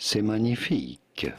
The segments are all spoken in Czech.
C'est magnifique. You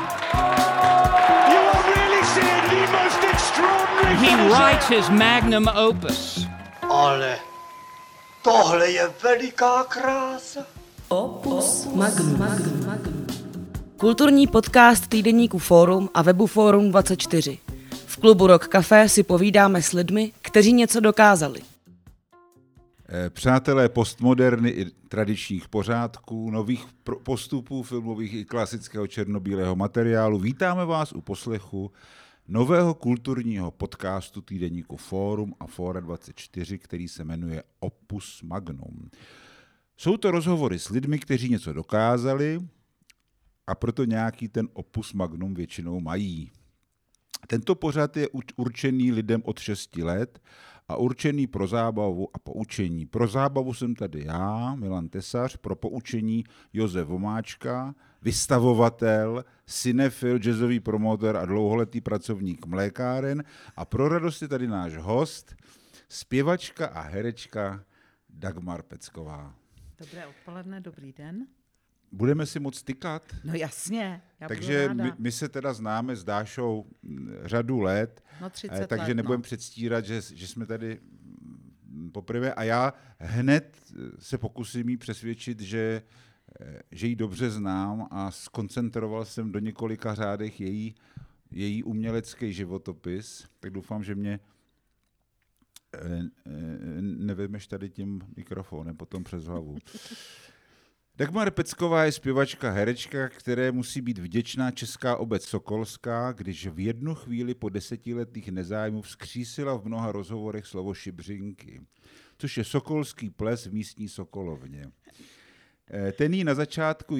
are really seeing the most extraordinary He finisher. writes his magnum opus. Ale tohle je veliká krása. Opus Magnum. Kulturní podcast týdeníku Fórum a webu Fórum 24. V klubu Rock Café si povídáme s lidmi, kteří něco dokázali. Přátelé postmoderny i tradičních pořádků, nových postupů filmových i klasického černobílého materiálu, vítáme vás u poslechu nového kulturního podcastu týdeníku Fórum a Fóra 24, který se jmenuje Opus Magnum. Jsou to rozhovory s lidmi, kteří něco dokázali a proto nějaký ten Opus Magnum většinou mají. Tento pořad je určený lidem od 6 let a určený pro zábavu a poučení. Pro zábavu jsem tady já, Milan Tesař, pro poučení Josef Vomáčka, vystavovatel, cinefil, jazzový promotor a dlouholetý pracovník mlékáren, a pro radost je tady náš host, zpěvačka a herečka Dagmar Pecková. Dobré odpoledne, dobrý den. Budeme si moc tykat? No jasně, já Takže budu ráda. my se teda známe s Dášou řadu let, No 30 takže let, nebudeme no. předstírat, že jsme tady poprvé, a já hned se pokusím jí přesvědčit, že ji dobře znám, a skoncentroval jsem do několika řádech její umělecký životopis, tak doufám, že mě nevezmeš tady tím mikrofonem potom přes hlavu. Dagmar Pecková je zpěvačka, herečka, které musí být vděčná česká obec Sokolská, když v jednu chvíli po 10letých nezájmu vzkřísila v mnoha rozhovorech slovo šibřinky, což je sokolský ples v místní Sokolovně. Tam jí na začátku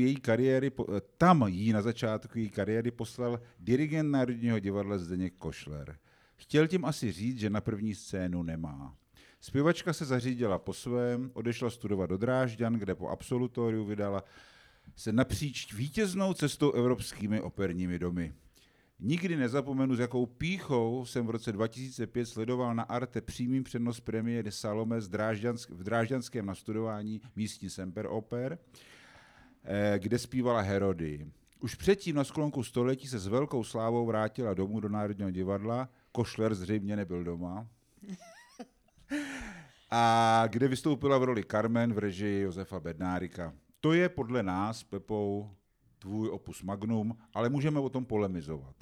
její kariéry poslal dirigent Národního divadla Zdeněk Košler. Chtěl tím asi říct, že na první scénu nemá. Zpěvačka se zařídila po svém, odešla studovat do Drážďan, kde po absolutoriu vydala se napříč vítěznou cestou evropskými operními domy. Nikdy nezapomenu, s jakou pýchou jsem v roce 2005 sledoval na Arte přímý přenos premiéry Salome v drážďanském nastudování místní Semperoper, kde zpívala Herody. Už předtím na sklonku století se s velkou slávou vrátila domů do Národního divadla, Košler zřejmě nebyl doma, a kde vystoupila v roli Carmen v režii Josefa Bednárika. To je podle nás, Pepou, tvůj opus magnum, ale můžeme o tom polemizovat.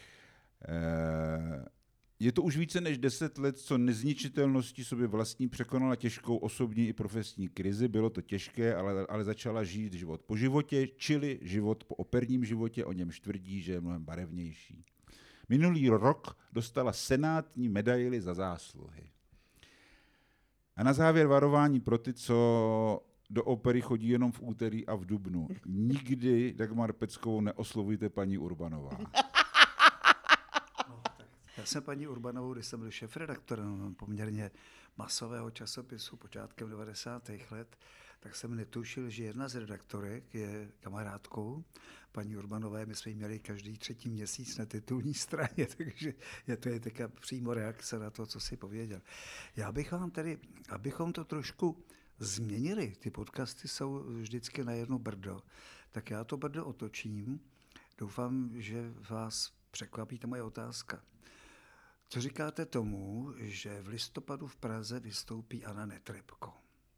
Je to už více než 10 let, co nezničitelností sobě vlastní překonala těžkou osobní i profesní krizi. Bylo to těžké, ale začala žít život po životě, čili život po operním životě, o němž tvrdí, že je mnohem barevnější. Minulý rok dostala senátní medaili za zásluhy. A na závěr varování pro ty, co do opery chodí jenom v úterý a v dubnu. Nikdy Dagmar Peckovou neoslovujte paní Urbanová. No, já jsem paní Urbanovou, když jsem byl šéfredaktorem poměrně masového časopisu počátkem 90. let, tak jsem netušil, že jedna z redaktorek je kamarádkou paní Urbanové. My jsme ji měli každý 3. měsíc na titulní straně, takže to je taková přímo reakce na to, co si pověděl. Já bych vám tedy, abychom to trošku změnili, ty podcasty jsou vždycky na jedno brdo, tak já to brdo otočím. Doufám, že vás překvapí ta moje otázka. Co říkáte tomu, že v listopadu v Praze vystoupí Anna Netrebko?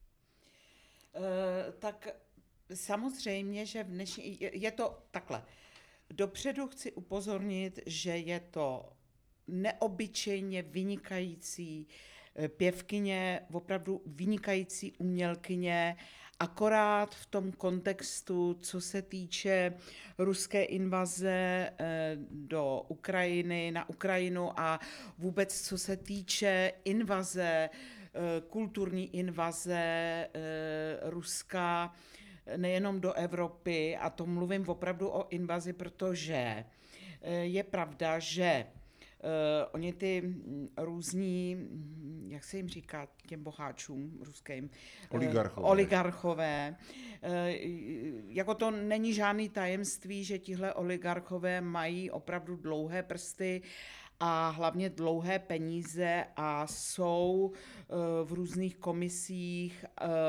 Tak samozřejmě, že je to takhle. Dopředu chci upozornit, že je to neobyčejně vynikající pěvkyně, opravdu vynikající umělkyně, akorát v tom kontextu, co se týče ruské invaze do Ukrajiny, na Ukrajinu, a vůbec co se týče invaze, kulturní invaze Ruska nejenom do Evropy, a to mluvím opravdu o invazi, protože je pravda, že oni ty různí, jak se jim říká těm boháčům ruským, oligarchové, jako to není žádný tajemství, že tihle oligarchové mají opravdu dlouhé prsty a hlavně dlouhé peníze a jsou v různých komisích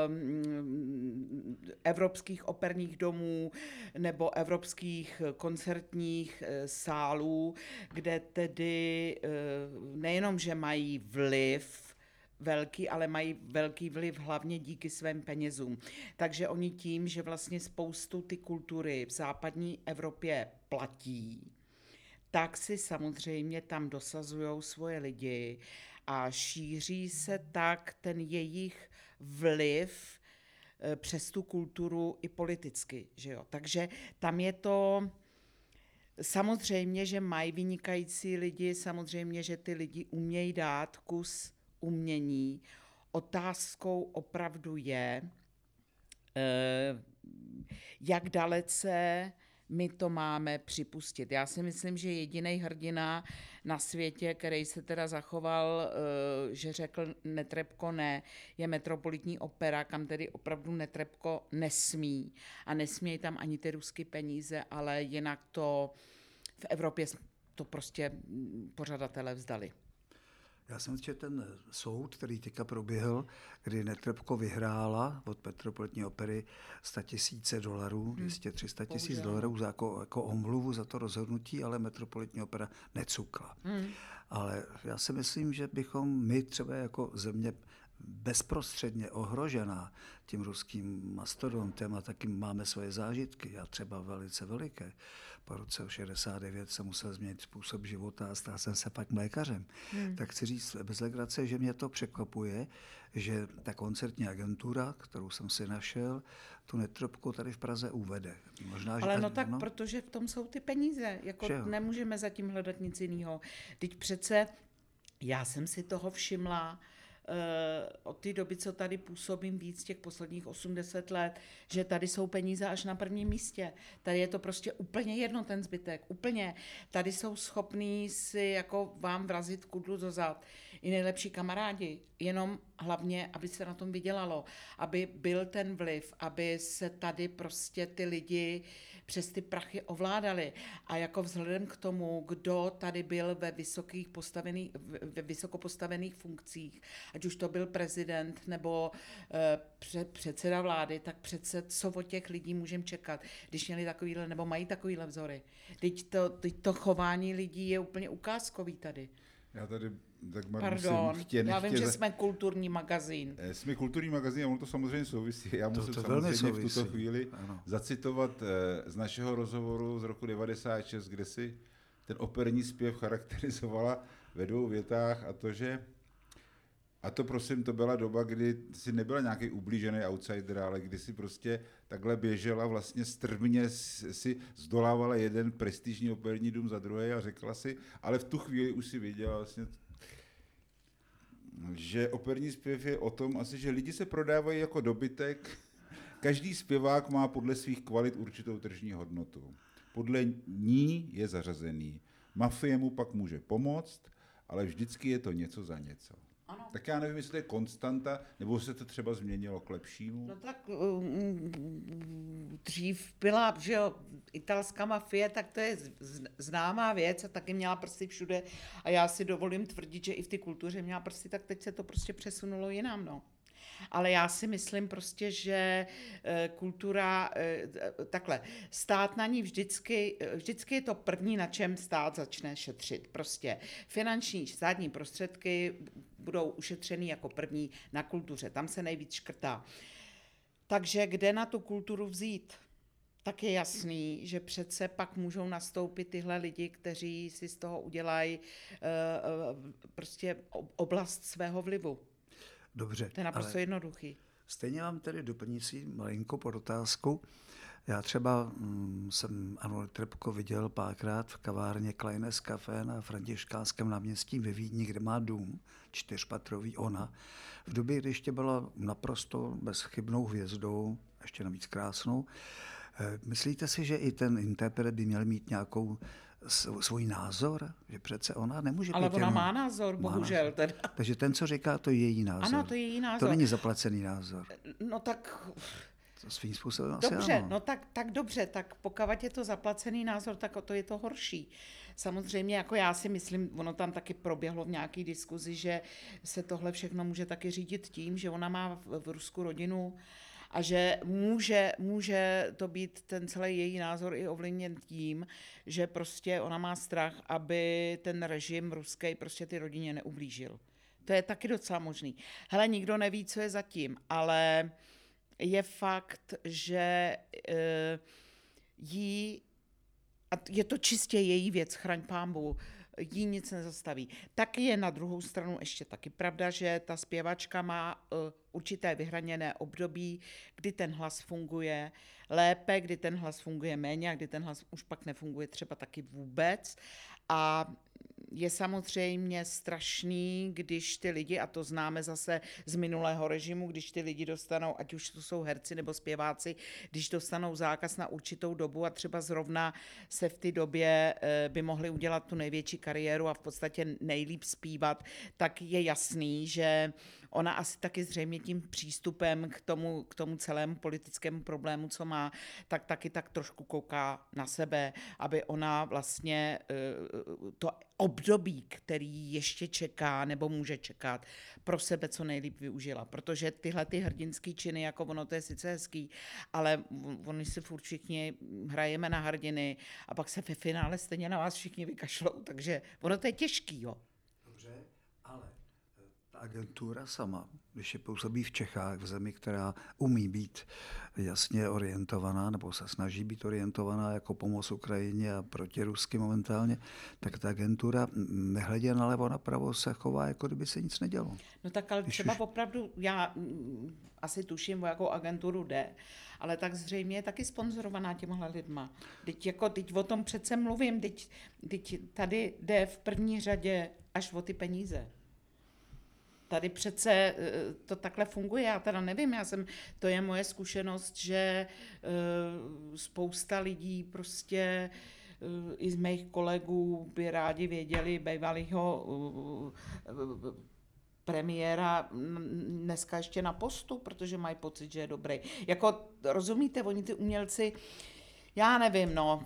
evropských operních domů nebo evropských koncertních sálů, kde tedy nejenom, že mají vliv velký, ale mají velký vliv hlavně díky svým penězům. Takže oni tím, že vlastně spoustu ty kultury v západní Evropě platí, tak si samozřejmě tam dosazují svoje lidi a šíří se tak ten jejich vliv přes tu kulturu i politicky. Že jo? Takže tam je to samozřejmě, že mají vynikající lidi, samozřejmě, že ty lidi umějí dát kus umění. Otázkou opravdu je, jak dalece my to máme připustit. Já si myslím, že jediný hrdina na světě, který se teda zachoval, že řekl Netrebko ne, je Metropolitní opera, kam tedy opravdu Netrebko nesmí. A nesmějí tam ani ty ruské peníze, ale jinak to v Evropě to prostě pořadatelé vzdali. Já jsem četl ten soud, který teďka proběhl, kdy Netrebko vyhrála od Metropolitní opery $100,000, 200-300 000 jako omluvu za to rozhodnutí, ale Metropolitní opera necukla. Ale já si myslím, že bychom my třeba jako země bezprostředně ohrožená tím ruským mastodontem a taky máme svoje zážitky, já třeba velice veliké. Po roce 69 jsem musel změnit způsob života a stal jsem se pak lékařem. Tak chci říct bez legrace, že mě to překvapuje, že ta koncertní agentura, kterou jsem si našel, tu Netrebko tady v Praze uvede. Možná, že ale tak, protože v tom jsou ty peníze. Jako nemůžeme zatím hledat nic jiného. Teď přece já jsem si toho všimla od té doby, co tady působím víc těch posledních 80 let, že tady jsou peníze až na prvním místě. Tady je to prostě úplně jedno ten zbytek, úplně. Tady jsou schopní si jako vám vrazit kudlu do zad i nejlepší kamarádi, jenom hlavně, aby se na tom vydělalo, aby byl ten vliv, aby se tady prostě ty lidi přes ty prachy ovládali. A jako vzhledem k tomu, kdo tady byl ve vysoko postavených funkcích, ať už to byl prezident nebo předseda vlády, tak přece co od těch lidí můžeme čekat, když měli takovýhle, nebo mají takovýhle vzory. Teď to chování lidí je úplně ukázkový tady. Já tady tak Pardon, já vím, že jsme kulturní magazín. Jsme kulturní magazín a ono to samozřejmě souvisí. Já musím samozřejmě v tuto chvíli zacitovat z našeho rozhovoru z roku 96, kde si ten operní zpěv charakterizovala ve 2 větách a to prosím, to byla doba, kdy si nebyla nějaký ublížený outsider, ale kdy si prostě takhle běžela vlastně strmě si zdolávala jeden prestižní operní dům za druhý a řekla si, ale v tu chvíli už si věděla vlastně, že operní zpěv je o tom asi, že lidi se prodávají jako dobytek, každý zpěvák má podle svých kvalit určitou tržní hodnotu. Podle ní je zařazený. Mafie mu pak může pomoct, ale vždycky je to něco za něco. Ano. Tak já nevím, jestli to je konstanta, nebo se to třeba změnilo k lepšímu. No tak dřív byla, že jo, italská mafie, tak to je známá věc a taky měla prsty všude a já si dovolím tvrdit, že i v té kultuře měla prsty, tak teď se to prostě přesunulo jinam, no. Ale já si myslím prostě, že kultura, takhle, stát na ní vždycky je to první, na čem stát začne šetřit. Prostě finanční státní prostředky budou ušetřený jako první na kultuře, tam se nejvíc škrtá. Takže kde na tu kulturu vzít? Tak je jasný, že přece pak můžou nastoupit tyhle lidi, kteří si z toho udělají prostě oblast svého vlivu. Dobře. To je naprosto jednoduchý. Stejně vám tedy doplňující malinko pod otázku. Já třeba jsem Anu Netrebko viděl párkrát v kavárně Kleines Café na Františkánském náměstí ve Vídni, kde má dům, 4patrový ona. V době, kdy ještě byla naprosto bezchybnou hvězdou, ještě navíc krásnou. Myslíte si, že i ten interpret by měl mít nějakou svůj názor, že přece ona nemůže... Ale ona má názor, bohužel. Teda. Takže ten, co říká, to je její názor. Ano, to je její názor. To není zaplacený názor. No tak Svým způsobem asi Dobře, ano. no tak dobře, tak pokud je to zaplacený názor, tak o to je to horší. Samozřejmě, jako já si myslím, ono tam taky proběhlo v nějaký diskuzi, že se tohle všechno může taky řídit tím, že ona má v Rusku rodinu a že může to být ten celý její názor i ovlivněn tím, že prostě ona má strach, aby ten režim ruský prostě ty rodině neublížil. To je taky docela možný. Hele, nikdo neví, co je zatím, ale je fakt, že jí, a je to čistě její věc, chraň pánbůh, jí nic nezastaví. Taky je na druhou stranu ještě taky pravda, že ta zpěvačka má určité vyhraněné období, kdy ten hlas funguje lépe, kdy ten hlas funguje méně a kdy ten hlas už pak nefunguje třeba taky vůbec. A je samozřejmě strašný, když ty lidi, a to známe zase z minulého režimu, když ty lidi dostanou, ať už to jsou herci nebo zpěváci, když dostanou zákaz na určitou dobu a třeba zrovna se v té době by mohli udělat tu největší kariéru a v podstatě nejlíp zpívat, tak je jasný, že ona asi taky zřejmě tím přístupem k tomu celému politickému problému, co má, tak taky tak trošku kouká na sebe, aby ona vlastně to období, který ještě čeká nebo může čekat, pro sebe co nejlíp využila. Protože tyhle ty hrdinský činy, jako ono to je sice hezký, ale oni si furt všichni hrajeme na hrdiny a pak se ve finále stejně na vás všichni vykašlou, takže ono to je těžký, jo. Dobře, ale ta agentura sama, když je působí v Čechách, v zemi, která umí být jasně orientovaná, nebo se snaží být orientovaná jako pomoc Ukrajině a proti Rusky momentálně, tak ta agentura nehledě nalevo napravo se chová, jako kdyby se nic nedělo. No tak ale třeba opravdu, já asi tuším, o jakou agenturu jde, ale tak zřejmě je taky sponzorovaná těmhle lidma. Teď o tom přece mluvím, teď tady jde v první řadě až o ty peníze. Tady přece to takhle funguje, já teda nevím, to je moje zkušenost, že spousta lidí prostě i z mých kolegů by rádi věděli bývalýho premiéra dneska ještě na postu, protože mají pocit, že je dobrý. Jako, rozumíte, oni ty umělci, já nevím, no,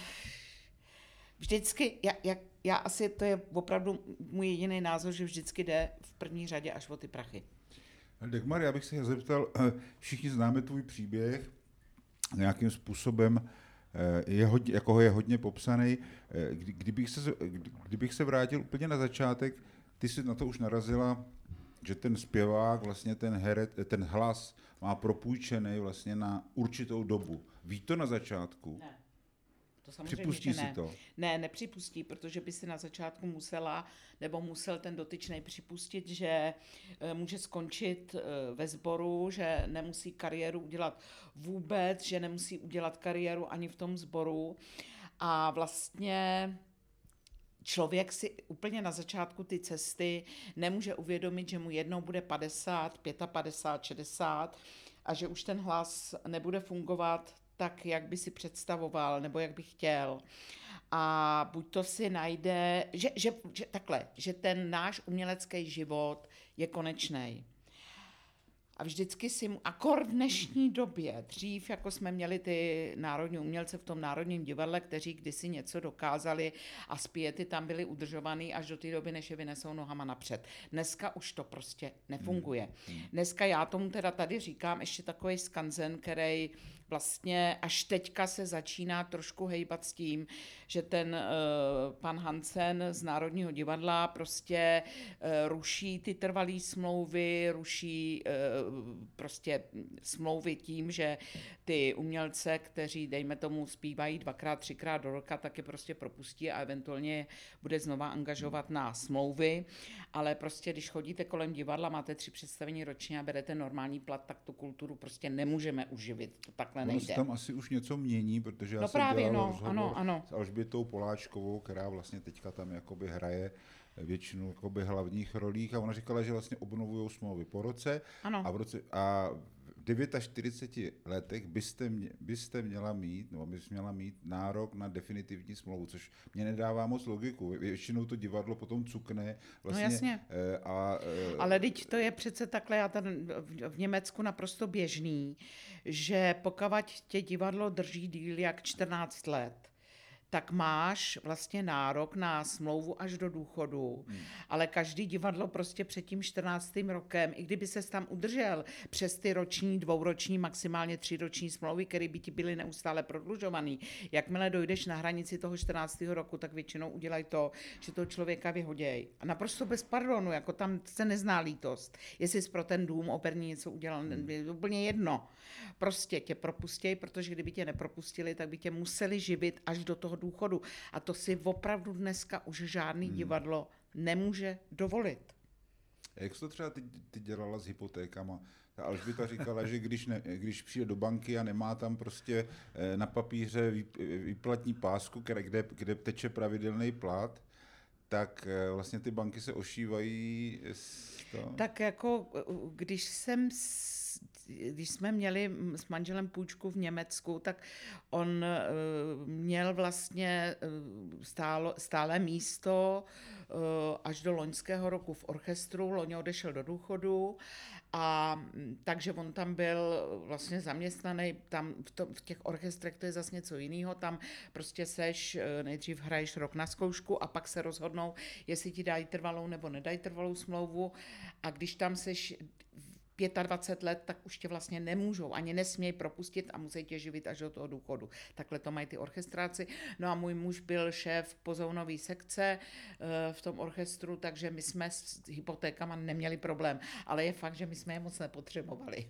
vždycky, já asi, to je opravdu můj jediný názor, že vždycky jde v první řadě až o ty prachy. Dagmar, já bych se zeptal, všichni známe tvůj příběh, nějakým způsobem je hodně popsaný. Kdybych se vrátil úplně na začátek, ty jsi na to už narazila, že ten zpěvák, vlastně ten hlas má propůjčený vlastně na určitou dobu. Ví to na začátku? Ne. To samozřejmě, připustí že ne. Si to? Ne, nepřipustí, protože by si na začátku musela, nebo musel ten dotyčný připustit, že může skončit ve sboru, že nemusí kariéru udělat vůbec, že nemusí udělat kariéru ani v tom sboru. A vlastně člověk si úplně na začátku ty cesty nemůže uvědomit, že mu jednou bude 50, 55, 60 a že už ten hlas nebude fungovat tak, jak by si představoval, nebo jak by chtěl. A buď to si najde, že ten náš umělecký život je konečný. A vždycky si akord v dnešní době, dřív, jako jsme měli ty národní umělce v tom Národním divadle, kteří kdysi něco dokázali a zpěty tam byly udržovaný až do té doby, než je vynesou nohama napřed. Dneska už to prostě nefunguje. Dneska já tomu teda tady říkám ještě takový skanzen, který vlastně až teďka se začíná trošku hejbat s tím, že ten pan Hansen z Národního divadla prostě ruší ty trvalé smlouvy, ruší prostě smlouvy tím, že ty umělce, kteří, dejme tomu, zpívají 2x, 3x do roka, tak je prostě propustí a eventuálně bude znova angažovat na smlouvy, ale prostě když chodíte kolem divadla, máte 3 představení ročně a berete normální plat, tak tu kulturu prostě nemůžeme uživit, to takhle nejde. Se tam asi už něco mění, protože já jsem dělal rozhovor s Alžbětou Poláčkovou, která vlastně teďka tam jakoby hraje většinu jakoby hlavních rolích a ona říkala, že vlastně obnovujou smlouvy po roce a v 49 letech byste měla mít, nebo bys měla mít nárok na definitivní smlouvu, což mě nedává moc logiku. Většinou to divadlo potom cukne. Vlastně, no jasně. Ale teď to je přece takhle, v Německu naprosto běžný, že pokud tě divadlo drží díl jak 14 let, tak máš vlastně nárok na smlouvu až do důchodu. Ale každý divadlo prostě před tím 14. rokem, i kdyby ses tam udržel přes ty roční, dvouroční, maximálně 3roční smlouvy, které by ti byly neustále prodlužovaný, jakmile dojdeš na hranici toho 14. roku, tak většinou udělají to, že toho člověka vyhoděj. A naprosto bez pardonu, jako tam se nezná lítost. Jestli jsi pro ten dům operní něco udělal, je úplně jedno. Prostě tě propustěj, protože kdyby tě nepropustili, tak by tě museli živit až do toho důchodu. A to si opravdu dneska už žádný divadlo nemůže dovolit. Jak jsi to třeba ty dělala s hypotékama? Ta Alžběta říkala, že když přijde do banky a nemá tam prostě na papíře výplatní pásku, kde teče pravidelný plat, tak vlastně ty banky se ošívají Tak jako když jsme měli s manželem půjčku v Německu, tak on měl vlastně stále místo až do loňského roku v orchestru, loni odešel do důchodu a takže on tam byl vlastně zaměstnaný, tam v těch orchestrech to je zase něco jiného, tam prostě nejdřív hraješ rok na zkoušku a pak se rozhodnou, jestli ti dají trvalou nebo nedají trvalou smlouvu a když tam seš 25 let, tak už tě vlastně nemůžou, ani nesmějí propustit a musí tě živit až do toho důchodu. Takhle to mají ty orchestráci. No a můj muž byl šéf pozounové sekce v tom orchestru, takže my jsme s hypotékama neměli problém. Ale je fakt, že my jsme je moc nepotřebovali.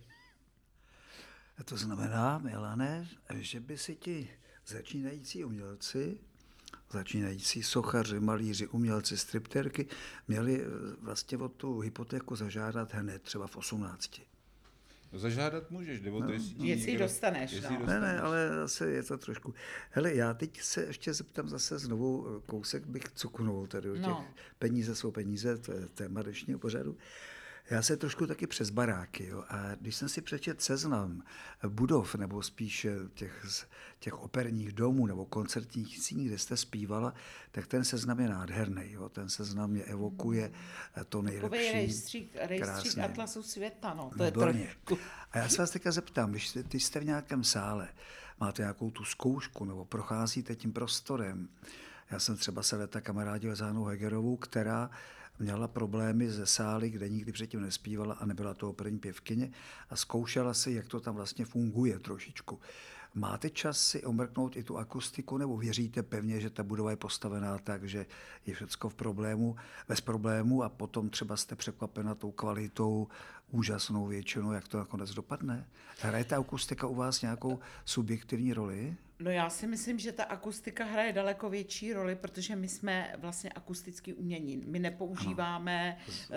To znamená, Milane, že by si ti začínající umělci, začínající sochaři, malíři, umělci, striptérky měli vlastně o tu hypotéku zažádat hned, třeba v 18. No, zažádat můžeš, nebo to jestli dostaneš. Ne, ale zase je to trošku. Hele, já teď se ještě zeptám zase znovu, kousek bych cuknul tady o těch peníze jsou peníze, to je téma dnešního pořadu. Já se trošku taky přes baráky, jo, a když jsem si přečet seznam budov, nebo spíš těch operních domů nebo koncertních scén, kde jste zpívala, tak ten seznam je nádherný, jo, ten seznam mě evokuje to nejlepší. Rejstřík Atlasu světa, no, to výborně. Je trošku. A já se vás teďka zeptám, když ty jste v nějakém sále, máte nějakou tu zkoušku, nebo procházíte tím prostorem, já jsem třeba se leta kamarádil s Hanou Hegerovou, která měla problémy ze sály, kde nikdy předtím nespívala a nebyla to operní pěvkyně a zkoušela si, jak to tam vlastně funguje trošičku. Máte čas si omrknout i tu akustiku, nebo věříte pevně, že ta budova je postavená tak, že je všecko bez problémů a potom třeba jste překvapena tou kvalitou, úžasnou většinou, jak to nakonec dopadne? Hraje ta akustika u vás nějakou subjektivní roli? No já si myslím, že ta akustika hraje daleko větší roli, protože my jsme vlastně akusticky umění. My nepoužíváme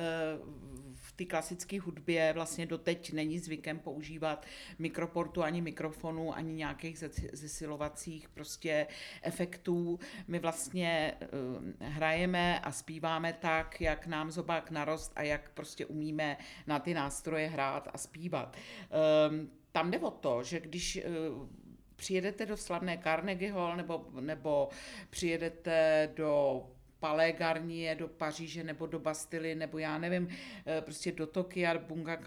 v té klasické hudbě, vlastně doteď není zvykem používat mikroportu, ani mikrofonu, ani nějakých zesilovacích prostě efektů. My vlastně hrajeme a zpíváme tak, jak nám zobák narost a jak prostě umíme na ty nástroje hrát a zpívat. Tam jde o to, že když přijedete do slavné Carnegie Hall nebo přijedete do Palais Garnier, do Paříže nebo do Bastily, nebo já nevím, prostě do Tokia, Bunga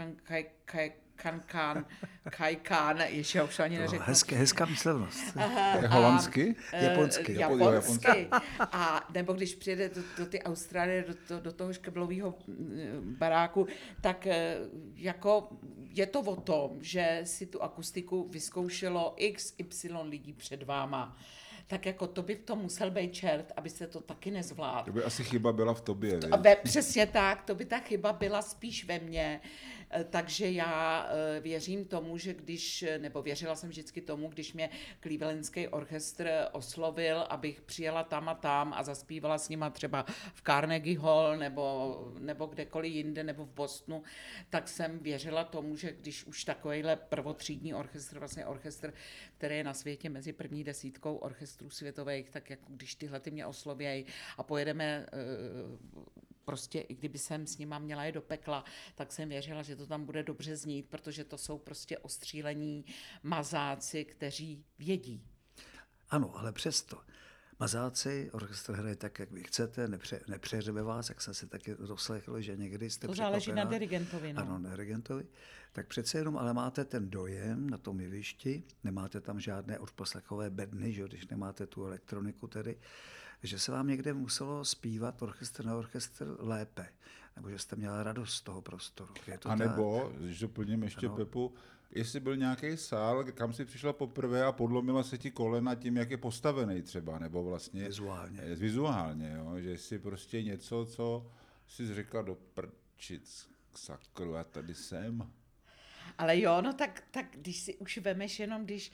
Kaikan, ještě já už ani neřeknu. Hezká myslenost. Holandsky? Japonsky. A nebo když přijede do ty Austrálie, do toho škeblového baráku, tak jako je to o tom, že si tu akustiku vyzkoušelo XY lidí před váma. Tak jako to by to musel být čert, abyste to taky nezvládl. To by asi chyba byla v tobě. Přesně tak, to by ta chyba byla spíš ve mně. Takže já věřím tomu, že věřila jsem vždycky tomu, když mě Clevelandský orchestr oslovil, abych přijela tam a tam a zaspívala s nima třeba v Carnegie Hall nebo kdekoliv jinde, nebo v Bostonu, tak jsem věřila tomu, že když už takovýhle prvotřídní orchestr, vlastně orchestr, který je na světě mezi první 10 orchestrů světových, tak jako když tyhle ty mě oslovějí a pojedeme prostě i kdyby jsem s nima měla je do pekla, tak jsem věřila, že to tam bude dobře znít, protože to jsou prostě ostřílení mazáci, kteří vědí. Ano, ale přesto. Mazáci, orchestr hraje tak, jak vy chcete, nepřeřebe vás, jak jsem si taky doslechl, že někdy jste to záleží na dirigentovi. No. Ano, na dirigentovi. Tak přece jenom, ale máte ten dojem na tom jevišti, nemáte tam žádné odposlechové bedny, že, když nemáte tu elektroniku tedy, že se vám někde muselo zpívat orchestr na orchestr lépe, nebo že jste měla radost z toho prostoru. A nebo, když doplním ještě Pepu, jestli byl nějaký sál, kam si přišla poprvé a podlomila se ti kolena tím, jak je postavený třeba, nebo vlastně vizuálně, jo? Že jsi prostě něco, co jsi řekla do prčic k sakru a tady jsem. Ale jo, no tak když si už vemeš jenom, když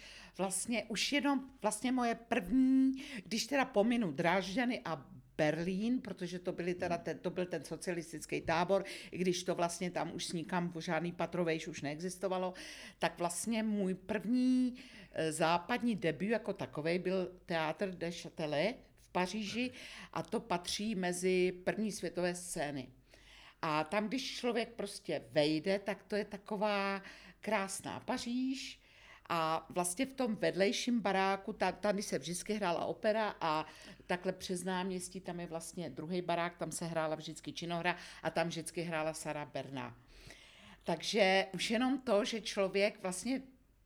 vlastně moje první, když teda pominu Drážďany a Berlín, protože to byl ten socialistický tábor, i když to vlastně tam už nikam žádný patrovejš už neexistovalo, tak vlastně můj první západní debut jako takovej byl Théâtre des Châtelet v Paříži a to patří mezi první světové scény. A tam, když člověk prostě vejde, tak to je taková krásná Paříž a vlastně v tom vedlejším baráku, tady se vždycky hrála opera a takhle přes náměstí, tam je vlastně druhý barák, tam se hrála vždycky činohra a tam vždycky hrála Sarah Bernard. Takže už jenom to, že člověk vlastně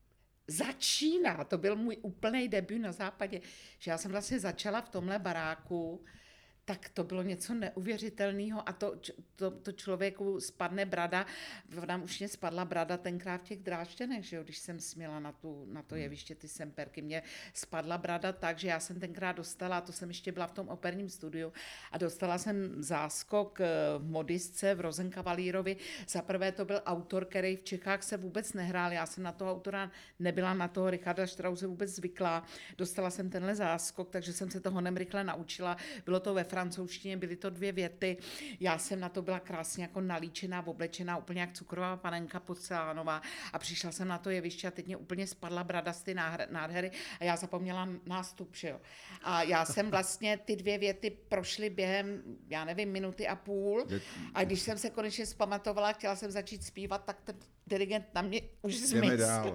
začíná, to byl můj úplný debut na západě, že já jsem vlastně začala v tomhle baráku, tak to bylo něco neuvěřitelného a to člověku spadne brada, nám už mě spadla brada tenkrát v těch Drážďanech, že jo, když jsem směla na to jeviště ty semperky, mě spadla brada tak, že já jsem tenkrát dostala, to jsem ještě byla v tom operním studiu a dostala jsem záskok v modistce v Rosenkavalírovi. Za prvé to byl autor, který v Čechách se vůbec nehrál, já jsem na toho autora nebyla, na toho Richarda Strause vůbec zvyklá, dostala jsem tenhle záskok, takže jsem se toho rychle naučila, bylo to ve francouzštině, byly to 2 věty. Já jsem na to byla krásně jako nalíčená, oblečená, úplně jak cukrová panenka porcelánová a přišla jsem na to jeviště a teď mě úplně spadla brada z ty nádhery a já zapomněla nástup, že jo. A já jsem vlastně ty 2 věty prošly během, já nevím, minuty a půl a když jsem se konečně zpamatovala, chtěla jsem začít zpívat, tak ten dirigent na mě už zmysl.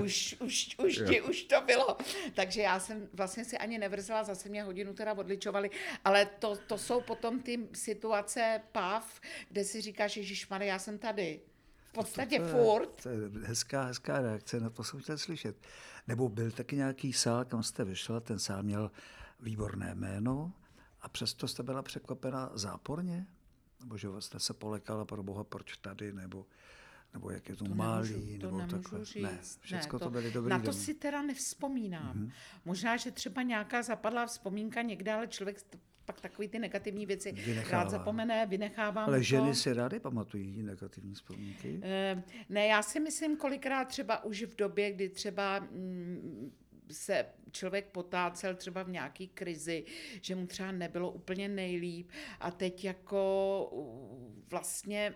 už to bylo. Takže já jsem vlastně si ani nevrzela, zase mě hodinu teda odličovali, ale to jsou potom ty situace páv, kde si říkáš, ježišmarja, já jsem tady. V podstatě furt. To je hezká reakce, na to jsem chtěl slyšet. Nebo byl taky nějaký sál, kam jste vyšla, ten sál měl výborné jméno a přesto jste byla překvapena záporně? Nebo že jste se polekala, pro boha, proč tady, nebo jak je to malý, nebo takhle. Ne, všechno to byly dobrý na to si teda nevzpomínám. Možná, že třeba nějaká zapadlá vzpomínka někde, ale člověk pak takový ty negativní věci rád zapomene, vynechávám. Ale ženy si rády pamatují negativní vzpomínky? Ne, já si myslím kolikrát třeba už v době, kdy třeba se člověk potácel třeba v nějaký krizi, že mu třeba nebylo úplně nejlíp a teď jako vlastně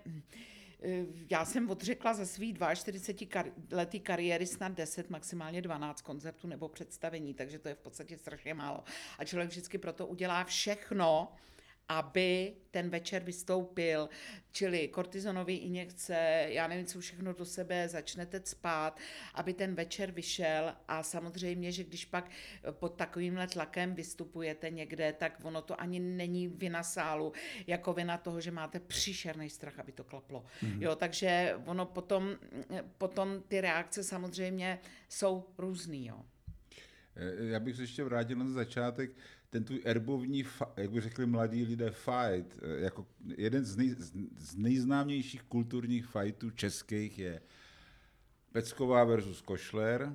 já jsem odřekla za svých 42 letý kariéry snad 10, maximálně 12 koncertů nebo představení, takže to je v podstatě strašně málo. A člověk vždycky proto udělá všechno, aby ten večer vystoupil, čili kortizonové injekce, já nevím, co všechno do sebe začnete cpát, aby ten večer vyšel a samozřejmě, že když pak pod takovýmhle tlakem vystupujete někde, tak ono to ani není vina sálu, jako vina toho, že máte příšerný strach, aby to klaplo. Jo, takže ono potom ty reakce samozřejmě jsou různý, jo. Já bych se ještě vrátil na začátek, ten tvůj erbovní, jak by řekli mladí lidé, fight, jako jeden z nejznámějších kulturních fightů českých je Pecková versus Košler,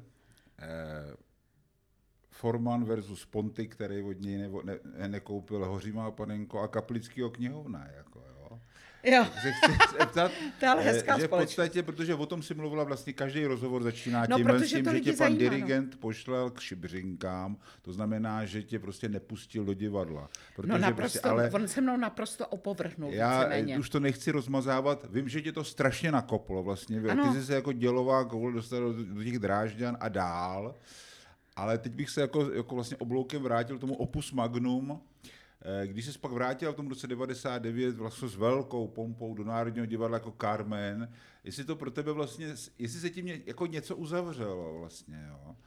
Forman versus Ponty, který od něj nekoupil Hořímá panenko a Kaplickýho knihovna, jako jo. Jo. Se chci zeptat, že v podstatě, protože o tom si mluvila vlastně každý rozhovor začíná tím, že tě pan zajímá, dirigent pošlel k šibřinkám, to znamená, že tě prostě nepustil do divadla. No naprosto, prostě, ale on se mnou naprosto opovrhnul. Já už to nechci rozmazávat, vím, že tě to strašně nakoplo vlastně, ty jsi se jako dělová koule dostal do těch Drážďan a dál, ale teď bych se jako vlastně obloukem vrátil tomu opus magnum, Když se pak vrátila v tom roce 99 vlastně s velkou pompou do Národního divadla jako Carmen, jestli to pro tebe vlastně, jestli se tím jako něco uzavřelo vlastně, jo?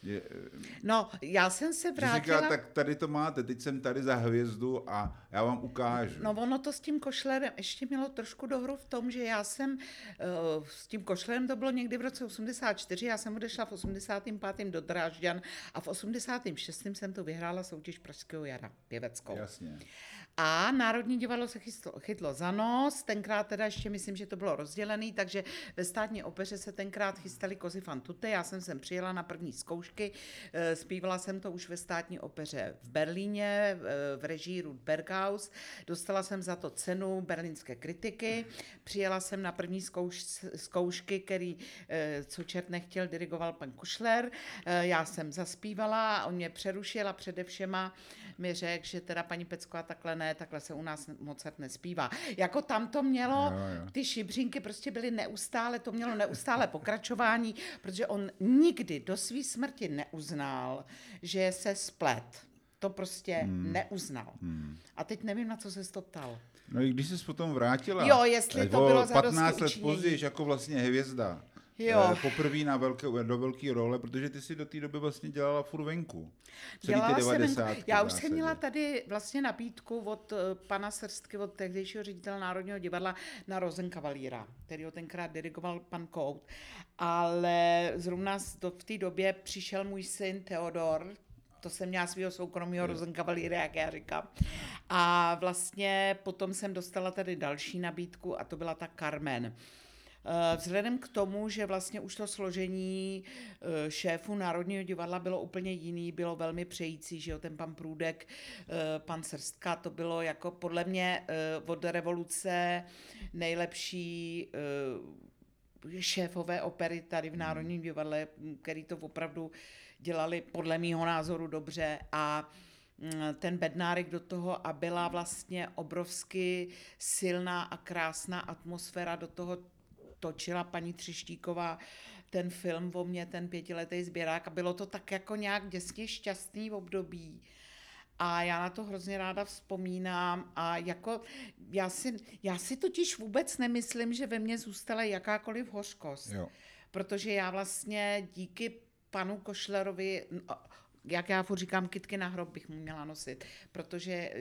No, já jsem se vrátila... Říká, tak tady to máte, teď jsem tady za hvězdu a já vám ukážu. No ono to s tím Košlerem ještě mělo trošku dohru v tom, že já jsem s tím Košlerem, to bylo někdy v roce 84, já jsem odešla v 85. do Drážďan a v 86. jsem to vyhrála soutěž Pražského jara, pěveckou. Jasně. A Národní divadlo se chytlo za nos, tenkrát teda ještě myslím, že to bylo rozdělený, takže ve Státní opeře se tenkrát chystali Kozy fan tutte, já jsem sem přijela na první zkoušky, zpívala jsem to už ve Státní opeře v Berlíně, v režii Ruth Berghaus, dostala jsem za to cenu berlínské kritiky, přijela jsem na první zkoušky, který, co čert nechtěl, dirigoval pan Košler, já jsem zaspívala, on mě přerušil a předevšema mi řekl, že teda paní Pecková takhle se u nás Mozart nespívá. Jako tam to mělo, ty šibřínky prostě byly neustále, to mělo neustále pokračování, protože on nikdy do své smrti neuznal, že se splet. To prostě neuznal. A teď nevím, na co se to ptal. No i když jsi potom vrátila, jo, jestli to bylo za 15 let později, jako vlastně hvězda. Poprvé do velké role, protože ty si do té doby vlastně dělala furt venku. Dělala ty 90. Já už jsem měla tady vlastně nabídku od pana Srstky, od tehdejšího ředitele Národního divadla na Rosenkavalíra, který ho tenkrát dirigoval pan Kout. Ale zrovna v té době přišel můj syn Theodor, to jsem měla svého soukromého Rosenkavalíra, jak já říkám. A vlastně potom jsem dostala tady další nabídku a to byla ta Carmen. Vzhledem k tomu, že vlastně už to složení šéfu Národního divadla bylo úplně jiný, bylo velmi přející, že jo, ten pan Průdek, pan Srstka, to bylo jako podle mě od revoluce nejlepší šéfové opery tady v Národním divadle, který to opravdu dělali podle mýho názoru dobře a ten Bednárek do toho a byla vlastně obrovsky silná a krásná atmosféra, do toho točila paní Třištíková ten film o mě, ten 5letý sběrák a bylo to tak jako nějak děsně šťastný období. A já na to hrozně ráda vzpomínám a jako já si totiž vůbec nemyslím, že ve mně zůstala jakákoliv hořkost. Jo. Protože já vlastně díky panu Košlerovi, jak já furt říkám, kytky na hrob bych mu měla nosit, protože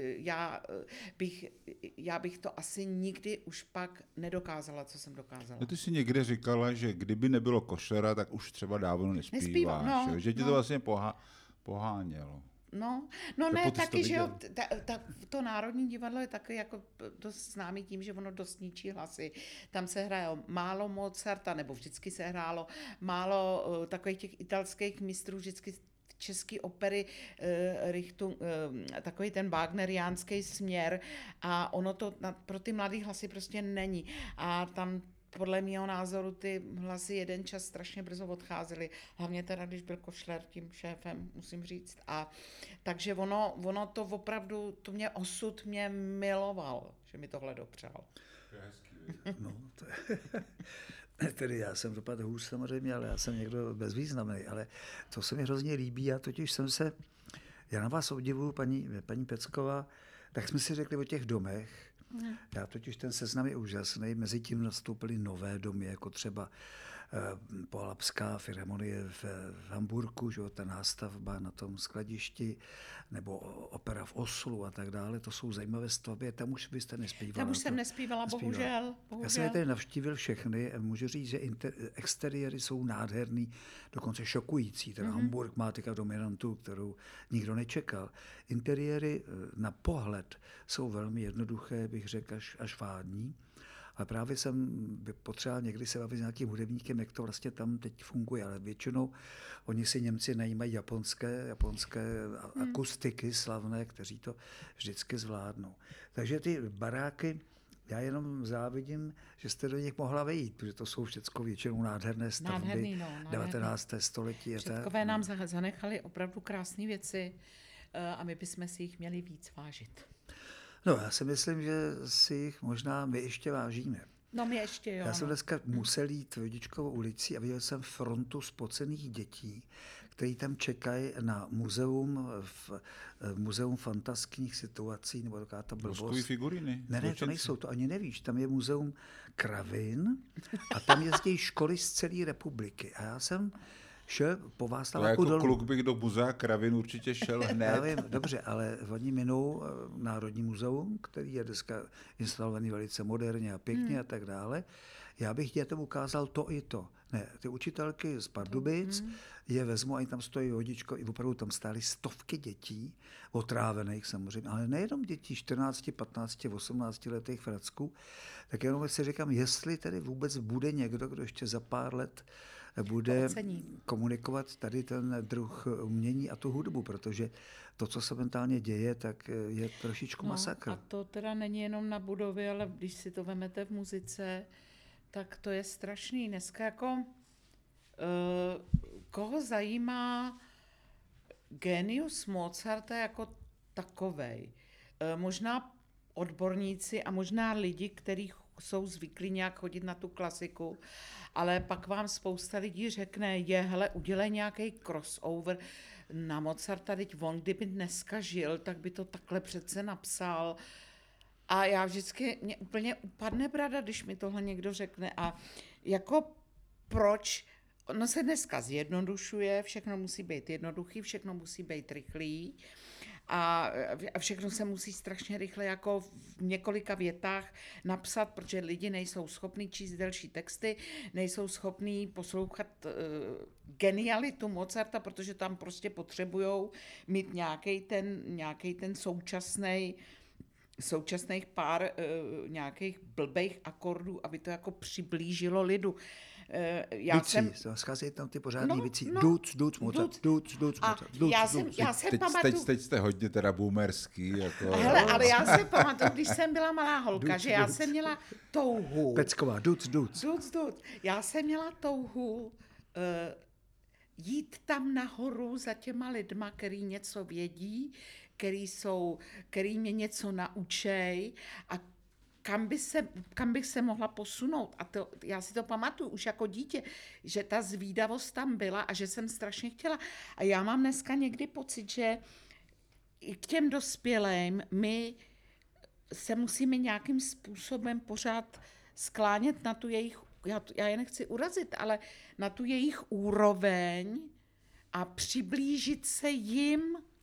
já bych to asi nikdy už pak nedokázala, co jsem dokázala. No ty jsi někde říkala, že kdyby nebylo Košlera, tak už třeba dávno nespíváš, že ti to vlastně pohánělo. No ne, taky, že jo, to Národní divadlo je taky jako dost známý tím, že ono dost ničí hlasy. Tam se hraje málo Mozarta, nebo vždycky se hrálo málo takových těch italských mistrů, vždycky české opery, takový ten wagneriánský směr a ono to pro ty mladý hlasy prostě není. A tam podle mého názoru ty hlasy jeden čas strašně brzo odcházely. Hlavně teda, když byl Košler tím šéfem, musím říct. A takže ono to opravdu, osud mě miloval, že mi tohle dopřál. No, tedy já jsem dopadl hůř samozřejmě, ale já jsem někdo bezvýznamný, ale to se mi hrozně líbí, já na vás obdivuju, paní Pecková, tak jsme si řekli o těch domech, já totiž ten seznam je úžasný, mezi tím nastoupily nové domy, jako třeba Polapská filharmonie v Hamburku, že, ta nástavba na tom skladišti, nebo opera v Oslu a tak dále, to jsou zajímavé stavby, tam už byste nespívala. Tam už jsem nespívala, bohužel. Já jsem je tady navštívil všechny a můžu říct, že exteriéry jsou nádherný, dokonce šokující. Ten Hamburg má teďka dominantu, kterou nikdo nečekal. Interiéry na pohled jsou velmi jednoduché, bych řekl, až fádní. Ale právě jsem potřeboval někdy se bavit s nějakým hudebníkem, jak to vlastně tam teď funguje, ale většinou oni si Němci najímají japonské akustiky slavné, kteří to vždycky zvládnou. Takže ty baráky, já jenom závidím, že jste do nich mohla vejít, protože to jsou všechno většinou nádherné stavby 19. století. Předkové nám zanechali opravdu krásné věci a my bychom si jich měli víc vážit. No, já si myslím, že si jich možná my ještě vážíme. No, my ještě, jo. Já jsem dneska musel jít Vodičkovou ulicí a viděl jsem frontu spocených dětí, který tam čekají na muzeum fantastických situací, nebo taková ta blbost. Voskový figuriny. Ne, to nejsou, to ani nevíš. Tam je muzeum kravin a tam jezdí školy z celé republiky. A já jsem šel po Václaváku jako dolů. kluk bych do muzea kravin určitě šel hned. Já vím, dobře, ale oni minou Národní muzeum, který je dneska instalovaný velice moderně a pěkně a tak dále. Já bych dětem ukázal to i to. Ne, ty učitelky z Pardubic je vezmu, a tam stojí vodičko, i opravdu tam stály stovky dětí, otrávených samozřejmě, ale nejenom dětí 14, 15, 18 letých fracků, tak jenom si říkám, jestli tedy vůbec bude někdo, kdo ještě za pár let bude komunikovat tady ten druh umění a tu hudbu, protože to, co se mentálně děje, tak je trošičku masakr. A to teda není jenom na budově, ale když si to vemete v muzice, tak to je strašný. Dneska jako koho zajímá génius Mozarta jako takovej? Možná odborníci a možná lidi, kteří jsou zvyklí nějak chodit na tu klasiku, ale pak vám spousta lidí řekne, hele, udělej nějaký crossover na Mozarta, teď on, kdyby dneska žil, tak by to takhle přece napsal. A já vždycky, mě úplně upadne brada, když mi tohle někdo řekne. A jako proč? Ono se dneska zjednodušuje, všechno musí být jednoduchý, všechno musí být rychlý a všechno se musí strašně rychle jako v několika větách napsat, protože lidi nejsou schopní číst delší texty, nejsou schopní poslouchat genialitu Mozarta, protože tam prostě potřebujou mít nějaký ten současných pár nějakých blbejch akordů, aby to jako přiblížilo lidu. Schází tam ty pořádný bicí. Duc, Mozart. Já se pamatuju... Teď jste hodně teda boomerský. Jako, hele, ale já se pamatuju, když jsem byla malá holka, že já jsem měla touhu. Pecková, duc. Já jsem měla touhu jít tam nahoru za těma lidma, který něco vědí, který mě něco naučej a kam bych se mohla posunout. A to, já si to pamatuju už jako dítě, že ta zvídavost tam byla a že jsem strašně chtěla. A já mám dneska někdy pocit, že i k těm dospělým my se musíme nějakým způsobem pořád sklánět na tu jejich, já je nechci urazit, ale na tu jejich úroveň a přiblížit se jim,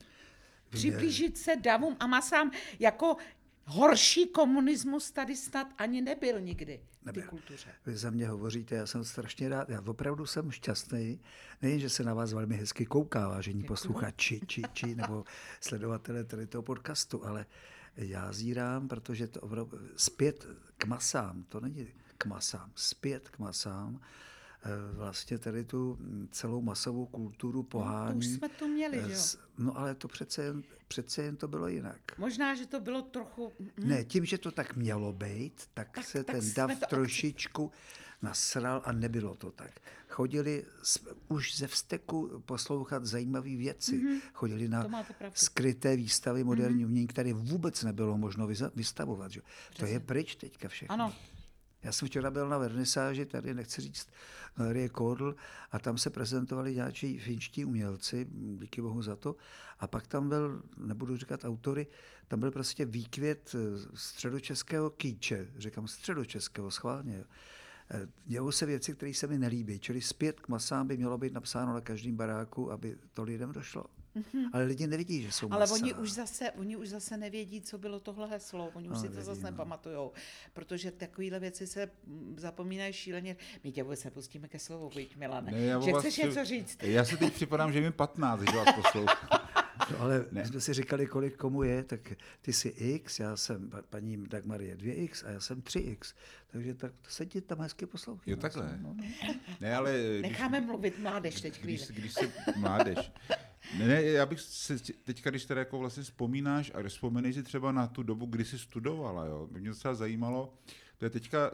přiblížit se davům a masám, jako horší komunismus tady snad ani nebyl nikdy v té kultuře. Vy za mě hovoříte, já jsem strašně rád, já opravdu jsem šťastný, nejen, že se na vás velmi hezky kouká, vážení posluchači, nebo sledovatele tady toho podcastu, ale já zírám, protože to opravdu zpět k masám, to není k masám, zpět k masám, vlastně tady tu celou masovou kulturu pohání. To už jsme tu měli, že jo? No ale to přece jen to bylo jinak. Možná, že to bylo trochu... Ne, tím, že to tak mělo být, tak se ten dav trošičku nasral a nebylo to tak. Chodili už ze vzteku poslouchat zajímavé věci. Chodili na skryté výstavy moderní umění, které vůbec nebylo možno vystavovat. Že? To je pryč teďka všechno. Ano. Já jsem včera byl na vernisáži, tady nechci říct, na Harry Kordl, a tam se prezentovali nějakí finští umělci, díky bohu za to, a pak tam byl, nebudu říkat autory, tam byl prostě výkvět středočeského kýče, říkám středočeského, schválně. Dělou se věci, které se mi nelíbí, čili zpět k masám by mělo být napsáno na každém baráku, aby to lidem došlo. Ale lidi nevidí, že jsou masa. Ale oni už zase nevědí, co bylo tohle heslo. Oni už si to zase nepamatujou. Protože takovéhle věci se zapomínají šíleně. My tě vůbec nepustíme ke slovu, pojď, Milane. Že chceš něco říct. Já se teď připadám, že mi 15, když vás poslouchám. No, ale my jsme si říkali, kolik komu je, tak ty jsi X, já jsem, paní Dagmar je 2X a já jsem 3X. Takže tak se ti tam hezky poslouchí. Jo, takhle. Ne, ale necháme mluvit mládež teď chvíli. Když se mládež. Ne, já bych se teďka, když teda jako vlastně vzpomínáš a vzpomeneš si třeba na tu dobu, kdy jsi studovala, jo. Mě docela zajímalo, to je teďka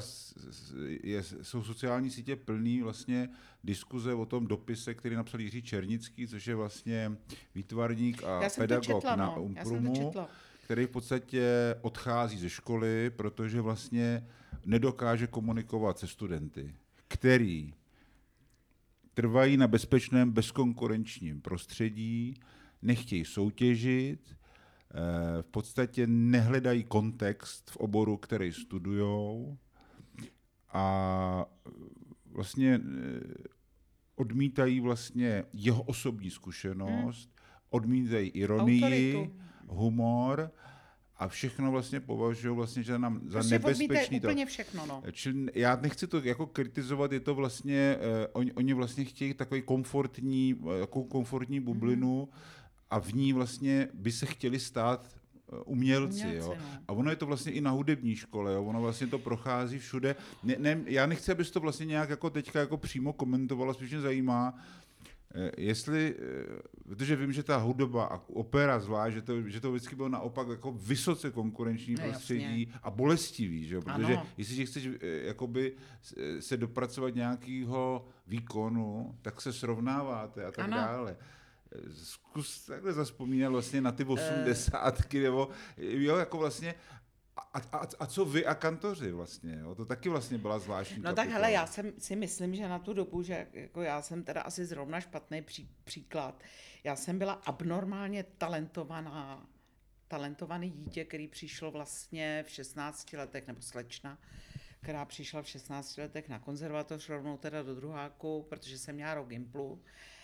jsou sociální sítě plný vlastně diskuze o tom dopise, který napsal Jiří Černický, což je vlastně výtvarník a pedagog na UMPRUMu, který v podstatě odchází ze školy, protože vlastně nedokáže komunikovat se studenty, který trvají na bezpečném, bezkonkurenčním prostředí, nechtějí soutěžit, v podstatě nehledají kontext v oboru, který studujou a vlastně odmítají vlastně jeho osobní zkušenost, odmítají ironii, autoritu, humor a všechno vlastně považují vlastně, že nám za prostě nebezpečný. Úplně všechno, no. Čili já nechci to jako kritizovat, je to vlastně, oni vlastně chtějí takový komfortní bublinu a v ní vlastně by se chtěli stát umělci, jo. No. A ono je to vlastně i na hudební škole, jo. Ono vlastně to prochází všude. Já nechci, abys to vlastně nějak jako teďka jako přímo komentovala, spíš mě zajímá, jestli, protože vím, že ta hudba a opera zvlášť, že to vždycky bylo naopak jako vysoce konkurenční prostředí a bolestivý, že? Protože jestliže chceš jakoby se dopracovat nějakého výkonu, tak se srovnáváte a tak dále. Zkus takhle zazpomínat vlastně na ty 80, nebo jo, jako vlastně a co vy a kantoři vlastně, jo? To taky vlastně byla zvláštní kapitola. Tak hele, já si myslím, že na tu dobu, že jako já jsem teda asi zrovna špatný příklad. Já jsem byla abnormálně talentovaný dítě, který přišlo vlastně v 16 letech, nebo slečna, která přišla v 16 letech na konzervatoř, rovnou teda do druháku, protože jsem měla rok gimplu.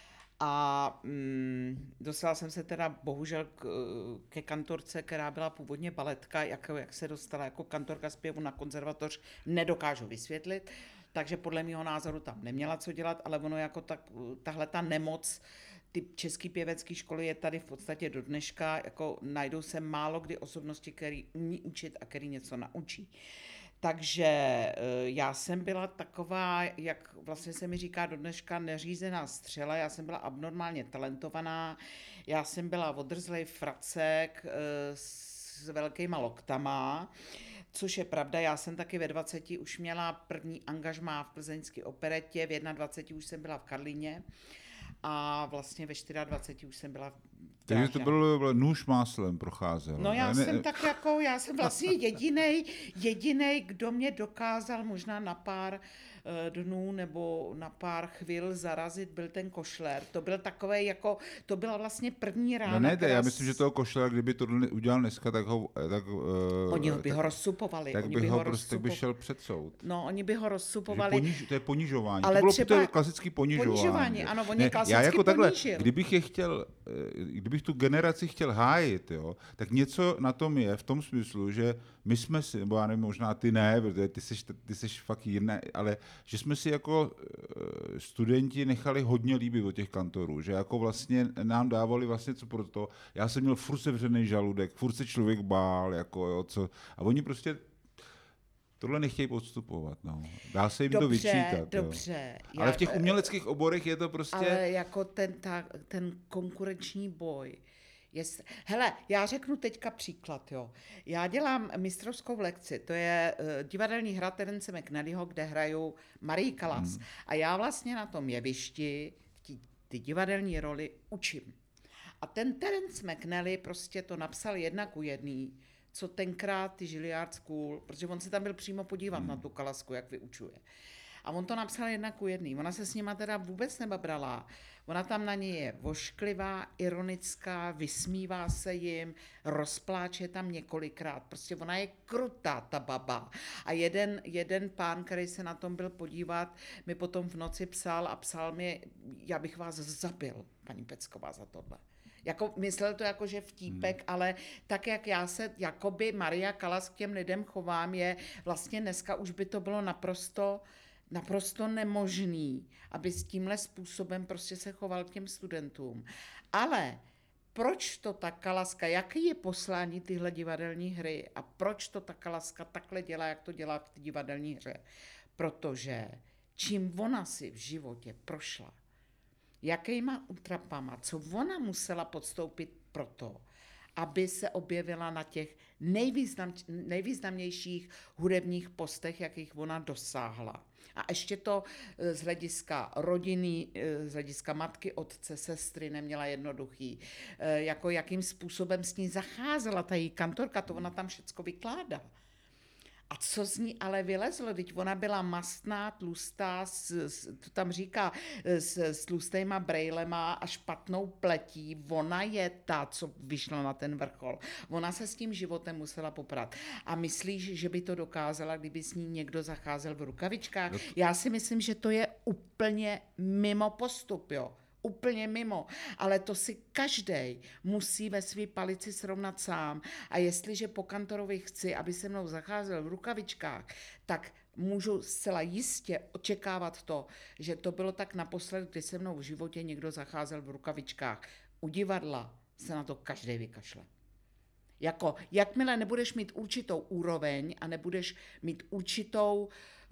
A dostala jsem se teda bohužel ke kantorce, která byla původně baletka, jak se dostala jako kantorka zpěvu na konzervatoř, nedokážu vysvětlit, takže podle mého názoru tam neměla co dělat, ale ono jako tahle ta nemoc, ty český pěvecký školy je tady v podstatě do dneška, jako najdou se málo kdy osobnosti, který umí učit a který něco naučí. Takže já jsem byla taková, jak vlastně se mi říká do dneška, neřízená střela, já jsem byla abnormálně talentovaná, já jsem byla odrzlej fracek s velkýma loktama, což je pravda, já jsem taky ve 20 už měla první angažmá v plzeňské operetě, v 21 už jsem byla v Karlíně a vlastně ve 24 už jsem byla v Takže to bylo nůž máslem procházel. No já jsem vlastně jedinej, kdo mě dokázal možná na pár dnů nebo na pár chvil zarazit, byl ten Košler. To byl takovej jako, to byla vlastně první rána. No ne, já myslím, že toho Košlera, kdyby to udělal dneska, tak oni by ho rozsupovali. Tak by šel před soud. No, oni by ho rozsupovali. To je ponižování. Ale to je klasický ponižování. Ano, oni klasicky já jako takhle, ponížil. kdybych tu generaci chtěl hájit, jo, tak něco na tom je v tom smyslu, že my jsme si, nebo já nevím, možná ty ne, protože ty seš fakt jiné, ale že jsme si jako studenti nechali hodně líbit od těch kantorů, že jako vlastně nám dávali vlastně co pro to. Já jsem měl furt sevřený žaludek, furt se člověk bál, jako jo, co. A oni prostě tohle nechtějí podstupovat, no. Dá se jim to vyčítat. Dobře. Ale v těch uměleckých oborech je to prostě... Ale jako ten konkurenční boj. Hele, já řeknu teďka příklad, jo. Já dělám mistrovskou lekci, to je divadelní hra Terence McNallyho, kde hraju Marii Callas. A já vlastně na tom jevišti ty divadelní roli učím. A ten Terence McNally prostě to napsal 1:1, co tenkrát ty Juilliard School, protože on se tam byl přímo podívat na tu Callasku, jak vyučuje. A on to napsal 1:1. Ona se s nima teda vůbec nebabrala. Ona tam na ně je vošklivá, ironická, vysmívá se jim, rozpláče tam několikrát. Prostě ona je krutá, ta baba. A jeden pán, který se na tom byl podívat, mi potom v noci psal mi, já bych vás zabil, paní Pecková, za tohle. Jako, myslel to jako, že vtípek, ale tak, jak já se, jakoby Maria Callas k těm lidem chovám, je vlastně dneska už by to bylo naprosto nemožný, aby s tímhle způsobem prostě se choval k těm studentům. Ale proč to ta Kallaska, jaký je poslání tyhle divadelní hry a proč to ta Kallaska takhle dělá, jak to dělá v té divadelní hře? Protože čím ona si v životě prošla, jakýma útrapama, co ona musela podstoupit proto, aby se objevila na těch nejvýznamnějších hudebních postech, jakých ona dosáhla. A ještě to z hlediska rodiny, z hlediska matky, otce, sestry neměla jednoduchý. Jako jakým způsobem s ní zacházela ta její kantorka, to ona tam všecko vykládá. A co z ní ale vylezlo? Teď ona byla mastná, tlustá, to tam říká, s tlustýma brejlema a špatnou pletí. Ona je ta, co vyšla na ten vrchol. Ona se s tím životem musela poprat. A myslíš, že by to dokázala, kdyby s ní někdo zacházel v rukavičkách? Já si myslím, že to je úplně mimo postup, jo. Úplně mimo, ale to si každej musí ve své palici srovnat sám. A jestliže po kantorovi chci, aby se mnou zacházel v rukavičkách, tak můžu zcela jistě očekávat to, že to bylo tak naposled, kdy se mnou v životě někdo zacházel v rukavičkách. U divadla se na to každej vykašle. Jako, jakmile nebudeš mít určitou úroveň a nebudeš mít určitou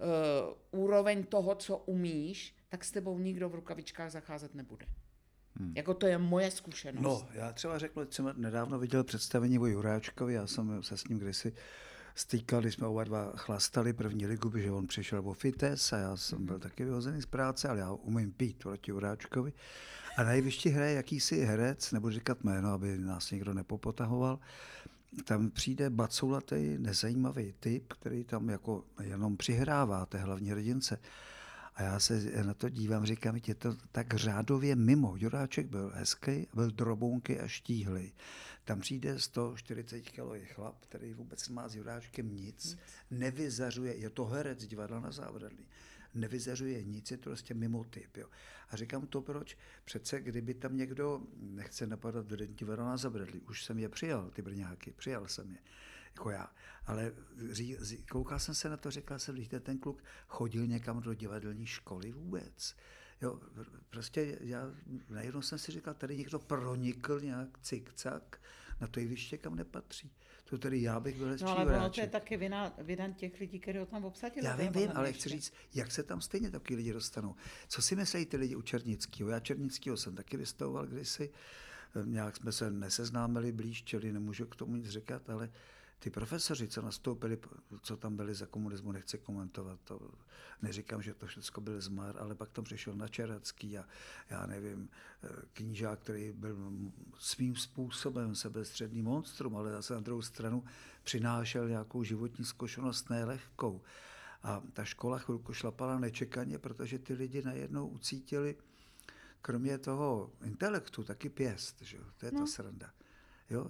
úroveň toho, co umíš, tak s tebou nikdo v rukavičkách zacházet nebude. Jako to je moje zkušenost. No, já třeba řeknu, že jsem nedávno viděl představení o Juráčkovi, já jsem se s ním kdysi stýkal, když jsme oba dva chlastali první ligu, že on přišel o FITES a já jsem byl taky vyhozený z práce, ale já umím pít proti Juráčkovi. A na jevišti hraje jakýsi herec, nebudu říkat jméno, aby nás někdo nepopotahoval, tam přijde bacoulatý, nezajímavý typ, který tam jako jenom přihrává té hlavní hrdince. A já se na to dívám, říkám, je to tak řádově mimo. Juráček byl hezký, byl drobounký a štíhlý. Tam přijde 140 kilový chlap, který vůbec má s Juráčkem nic, nevyzařuje, je to herec divadla na Zábradlí, nevyzařuje nic, je to prostě mimo typ. Jo. A říkám to proč? Přece kdyby tam někdo, nechce napadat divadla na Zábradlí, už jsem je přijal, ty brňáky, přijal jsem je. Jako já. Ale koukal jsem se na to, říkal jsem, že ten kluk chodil někam do divadelní školy vůbec. Jo, prostě já najednou jsem si říkal, tady někdo pronikl nějak cikcak na to jeviště, kam nepatří. To tady já bych byl hezčí No ale Juráček. ono to je taky vina těch lidí, kteří ho tam obsadili. Já vím, ale chci říct, jak se tam stejně taky lidi dostanou. Co si myslí ty lidi u Černického? Já Černického jsem taky vystavoval kdysi, nějak jsme se neseznámili blíž, čili nemůžu k tomu nic říkat, ale ty profesoři, co nastoupili, co tam byli za komunismu, nechci komentovat, to neříkám, že to všechno byl zmar, ale pak tam přišel Načeracký a já nevím, Knížák, který byl svým způsobem sebestředný monstrum, ale zase na druhou stranu přinášel nějakou životní zkušenost nelehkou. A ta škola chvilku šlapala nečekaně, protože ty lidi najednou ucítili, kromě toho intelektu, taky pěst, že? To je ta sranda. Jo?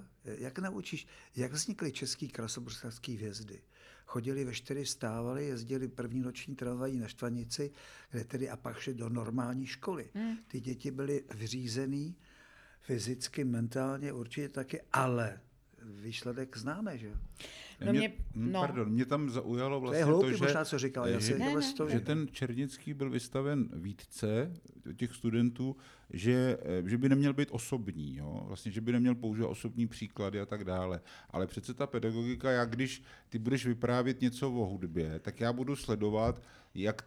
Jak vznikly český krasobruslařský hvězdy? Chodili ve 4, vstávali, jezdili první noční tramvají na Štvanici, kde tedy a pak šli do normální školy. Ty děti byly vyřízený fyzicky, mentálně určitě taky, ale výsledek známe, že jo? Mě tam zaujalo vlastně to je hloupý, možná, co říkal. Že ten Černický byl vystaven výtce těch studentů, že by neměl být osobní, jo? Vlastně, že by neměl používat osobní příklady a tak dále. Ale přece ta pedagogika, když ty budeš vyprávět něco o hudbě, tak já budu sledovat, jak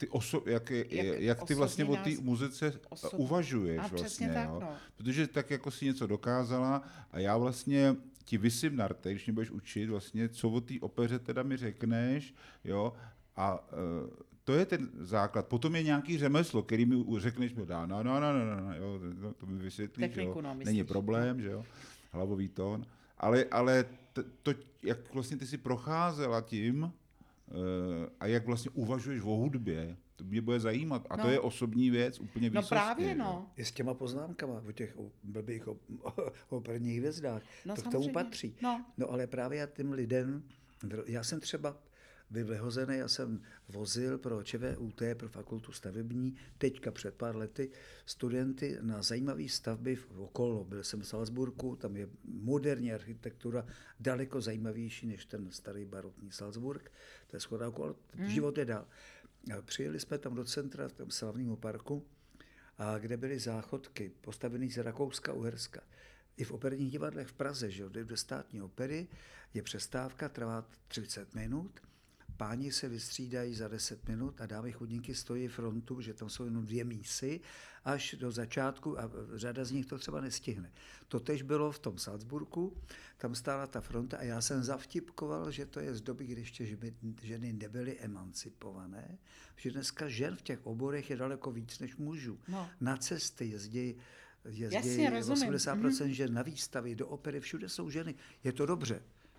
ty vlastně o té muzice uvažuješ. Vlastně, tak, jo? No. Protože tak jako si něco dokázala a já vlastně ti visím na rtech, když mě budeš učit vlastně, co o té opeře teda mi řekneš, jo, a to je ten základ. Potom je nějaký řemeslo, který mi řekneš, jo, to mi vysvětlíš, jo, není problém, že jo, hlavový tón, ale to, jak vlastně ty si procházela tím a jak vlastně uvažuješ o hudbě, to mě bude zajímat. A to je osobní věc, úplně výsostně. No právě, no. I s těma poznámkama o těch blbých operních hvězdách. No, to k tomu patří. No ale právě já těm lidem, já jsem třeba byl vyhozený, já jsem vozil pro ČVUT, pro fakultu stavební, teďka před pár lety, studenty na zajímavé stavby okolo. Byl jsem v Salzburgu, tam je moderní architektura, daleko zajímavější než ten starý barokní Salzburg. To je shoda okolo, život je dál. Přijeli jsme tam do centra, v tom slavného parku, a kde byly záchodky postavené z Rakouska-Uherska. I v operních divadlech v Praze, že do státní opery, je přestávka, trvá 30 minut, páni se vystřídají za 10 minut a dámy chudinky stojí frontu, že tam jsou jenom 2 mísy, až do začátku a řada z nich to třeba nestihne. To tež bylo v tom Salzburgu, tam stála ta fronta a já jsem zavtipkoval, že to je z doby, kdy ještě ženy nebyly emancipované, že dneska žen v těch oborech je daleko víc než mužů. No. Na cesty jezdí 80% žen, na výstavy, do opery, všude jsou ženy. Je to dobře.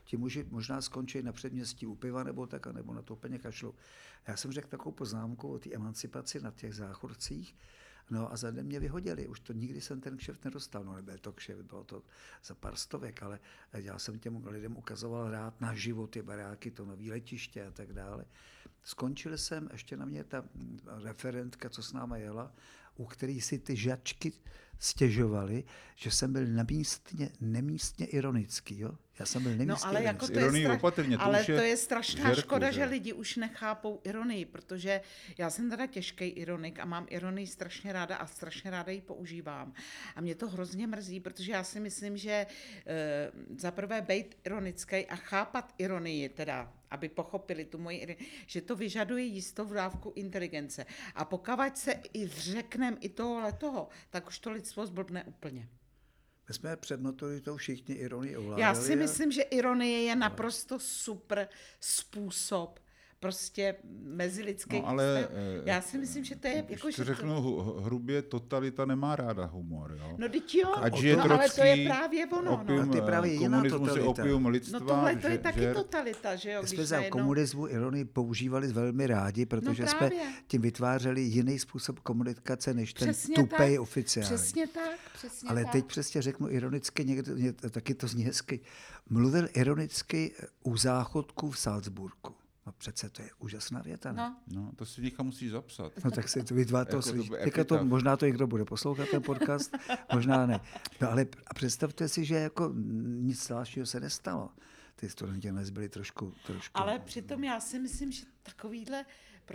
ti muži možná skončí na předměstí u piva nebo tak, nebo na to úplně kašlou. Já jsem řekl takovou poznámku o té emancipaci na těch Záchorcích, no a za den mě vyhodili, už to nikdy jsem ten kšeft nedostal, no nebyl to kšeft, bylo to za pár stovek, ale já jsem těm lidem ukazoval rád na život, ty baráky, to nový letiště a tak dále. Skončil jsem, ještě na mě ta referentka, co s náma jela, u který si ty žačky stěžovali, že jsem byl nemístně ironický, jo? Já jsem byl nemístně no, ale jako ironický. to je strašná škoda, že lidi už nechápou ironii, protože já jsem teda těžký ironik a mám ironii strašně ráda a strašně ráda ji používám. A mě to hrozně mrzí, protože já si myslím, že za prvé být ironický a chápat ironii, teda, aby pochopili tu moji ironii, že to vyžaduje jistou dávku inteligence. A pokud se i řekneme i toho, tak už to lidstvo zblbne úplně. My jsme před maturitou všichni ironii ovládali. Já si myslím, že ironie je naprosto super způsob prostě mezilidských no, ale já si myslím, že to je jako, že řeknu hrubě, totalita nemá ráda humor, jo. No teď jo, ale to je právě ono. Opium, to je právě jiná totalita. Je opium lidstva. No tohle to je taky totalita, že jo. My jsme za komunismu ironii používali velmi rádi, protože jsme tím vytvářeli jiný způsob komunikace, než ten tupej oficiální. Přesně tak. Ale teď přesně řeknu ironicky, někdy, taky to zní hezky, mluvil ironicky u záchodku v Salzburgu. No přece to je úžasná věta, ne? No, to si někam musíš zapsat. No tak si to vytváří to slyší. Možná to někdo bude poslouchat, ten podcast, možná ne. No ale a představte si, že jako nic zvláštního se nestalo. Ty studenti dnes byli trošku... Ale přitom já si myslím, že takovýhle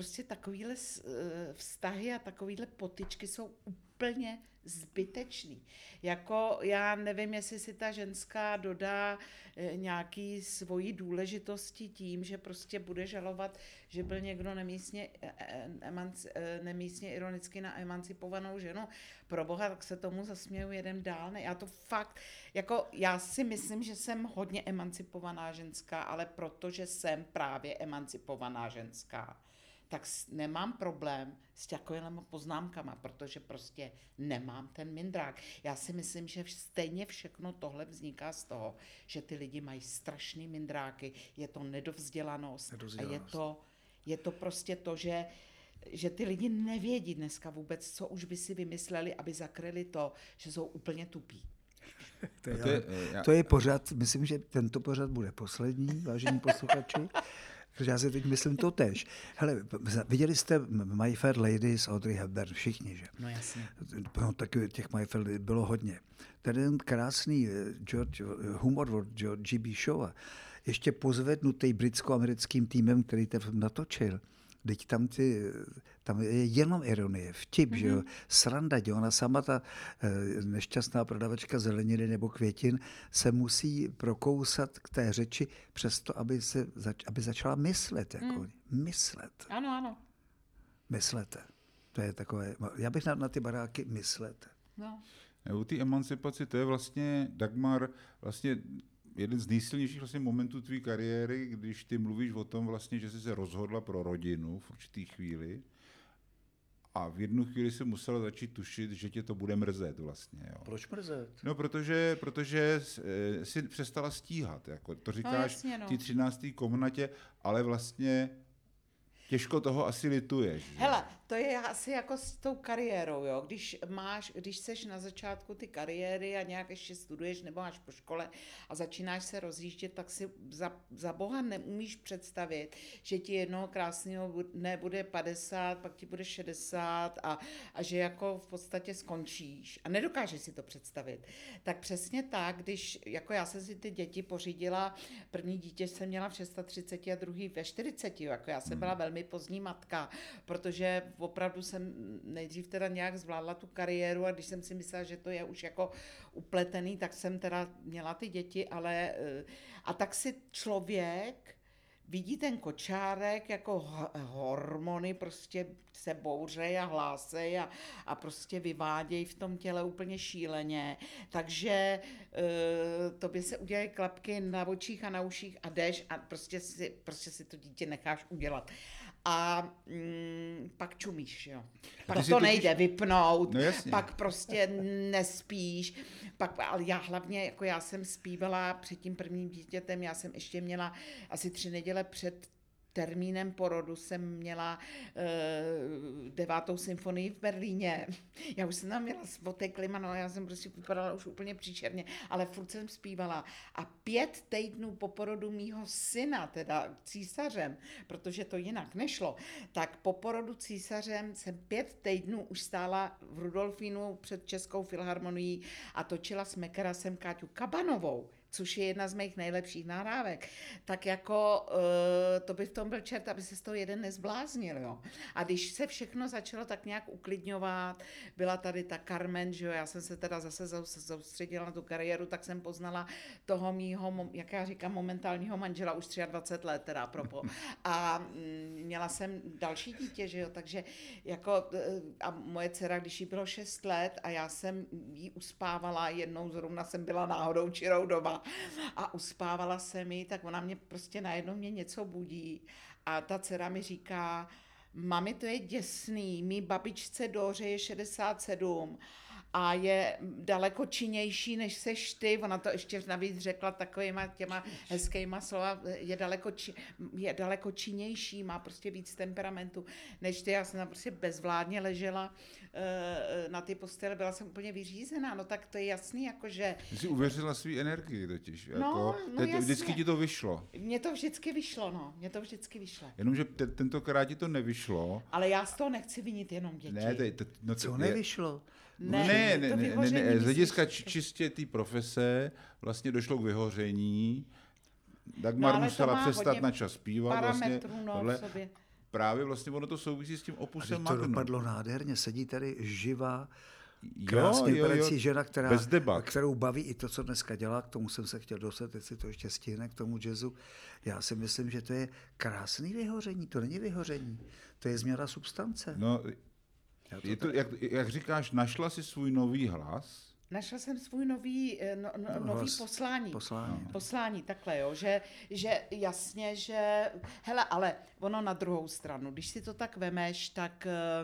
vztahy a takovýhle potyčky jsou úplně zbytečný. Jako já nevím, jestli si ta ženská dodá nějaký svoji důležitosti tím, že prostě bude žalovat, že byl někdo nemístně ironicky na emancipovanou ženu. Pro boha, tak se tomu zasměju jeden dál. Ne, já to fakt, jako já si myslím, že jsem hodně emancipovaná ženská, ale protože jsem právě emancipovaná ženská, tak nemám problém s takovými poznámkama, protože prostě nemám ten mindrák. Já si myslím, že stejně všechno tohle vzniká z toho, že ty lidi mají strašný mindráky, je to nedovzdělanost. A je to prostě to, že ty lidi nevědí dneska vůbec, co už by si vymysleli, aby zakryli to, že jsou úplně tupí. To je pořad, myslím, že tento pořad bude poslední, vážení posluchači. Protože já si teď myslím to tež. Hele, viděli jste My Fair Lady s Audrey Hepburn, všichni, že? No jasně. No, taky těch My Fair Lady bylo hodně. Ten krásný humor od G.B. Shawa, ještě pozvednutý britsko-americkým týmem, který ten natočil. Teď tam je jenom ironie, vtip, že jo, sranda, že ona sama ta nešťastná prodavačka zeleniny nebo květin se musí prokousat k té řeči přesto, aby začala myslet, jako myslet. Ano. Myslete. To je takové, já bych na ty baráky myslete. No. U té emancipaci, to je vlastně, Dagmar, vlastně jeden z nejsilnějších vlastně momentů tvý kariéry, když ty mluvíš o tom vlastně, že jsi se rozhodla pro rodinu v určitý chvíli a v jednu chvíli si musela začít tušit, že tě to bude mrzet vlastně. Jo. Proč mrzet? No, protože si přestala stíhat. Jako to říkáš té 13. komnatě, ale vlastně těžko toho asi lituješ. Že? Hele, to je asi jako s tou kariérou, jo. Když seš na začátku ty kariéry a nějak ještě studuješ nebo máš po škole a začínáš se rozjíždět, tak si za boha neumíš představit, že ti jednoho krásného dne bude 50, pak ti bude 60 a že jako v podstatě skončíš. A nedokážeš si to představit. Tak přesně tak, když jako já jsem si ty děti pořídila, první dítě jsem měla v 36 a druhý ve 40, jako já jsem byla velmi pozdní matka, protože opravdu jsem nejdřív teda nějak zvládla tu kariéru a když jsem si myslela, že to je už jako upletený, tak jsem teda měla ty děti, ale a tak si člověk vidí ten kočárek, jako hormony prostě se bouřejí a hlásejí a prostě vyvádějí v tom těle úplně šíleně. Takže tobě se udělají klapky na očích a na uších a jdeš a prostě si to dítě necháš udělat. a pak čumíš, jo. Pak ty si to totiž nejde vypnout, No jasně. pak prostě nespíš, ale já hlavně, jako já jsem zpívala před tím prvním dítětem, já jsem ještě měla asi 3 neděle před termínem porodu jsem měla 9. symfonii v Berlíně. Já už jsem tam měla svotek klima, já jsem prostě vypadala už úplně příšerně, ale furt jsem zpívala. A 5 týdnů po porodu mýho syna, teda císařem, protože to jinak nešlo, tak po porodu císařem jsem 5 týdnů už stála v Rudolfínu před Českou filharmonií a točila s Mekarasem Káťu Kabanovou, což je jedna z mých nejlepších nahrávek, tak jako to by v tom byl čert, aby se z toho jeden nezbláznil, jo. A když se všechno začalo tak nějak uklidňovat, byla tady ta Carmen, že jo, já jsem se teda zase soustředila na tu kariéru, tak jsem poznala toho mýho, jak já říkám, momentálního manžela, už 23 let teda propo. A měla jsem další dítě, že jo, takže jako a moje dcera, když jí bylo 6 let a já jsem jí uspávala, jednou zrovna jsem byla náhodou čirou doma, a uspávala se mi, tak ona mě prostě najednou mě něco budí a ta dcera mi říká, mami, to je děsný, mý babičce Dóře je 67 a je daleko činnější, než seš ty, ona to ještě navíc řekla takovýma těma hezkýma slova, je daleko činnější, má prostě víc temperamentu, než ty, já jsem tam prostě bezvládně ležela na ty postele, byla jsem úplně vyřízená, no tak to je jasný, jakože... Ty jsi uvěřila svý energii totiž, No, jako, jasně. vždycky ti to vyšlo. Mně to vždycky vyšlo. Jenomže tentokrát ti to nevyšlo. Ale já z toho nechci vinit jenom děti. Ne, Co nevyšlo? Ne, to vyhoření z hlediska myslíš? čistě té profese vlastně došlo k vyhoření. Dagmar ale to musela má přestat hodně na čas zpívat. Vlastně, parametrů, no, v sobě. právě vlastně ono to souvisí s tím opusem To Magnum. dopadlo nádherně, sedí tady živá, Jo, krásně jo, vypadající žena, bez debat. kterou baví i to, co dneska dělá, k tomu jsem se chtěl dostat, jestli to ještě stihne, k tomu jazzu. Já si myslím, že to je krásný vyhoření, to není vyhoření, to je změna substance. No, je to, jak říkáš, našla si svůj nový hlas. Našla jsem svůj nový poslání, takhle, jo, že jasně, že, hele, ale ono na druhou stranu, když si to tak vemeš, tak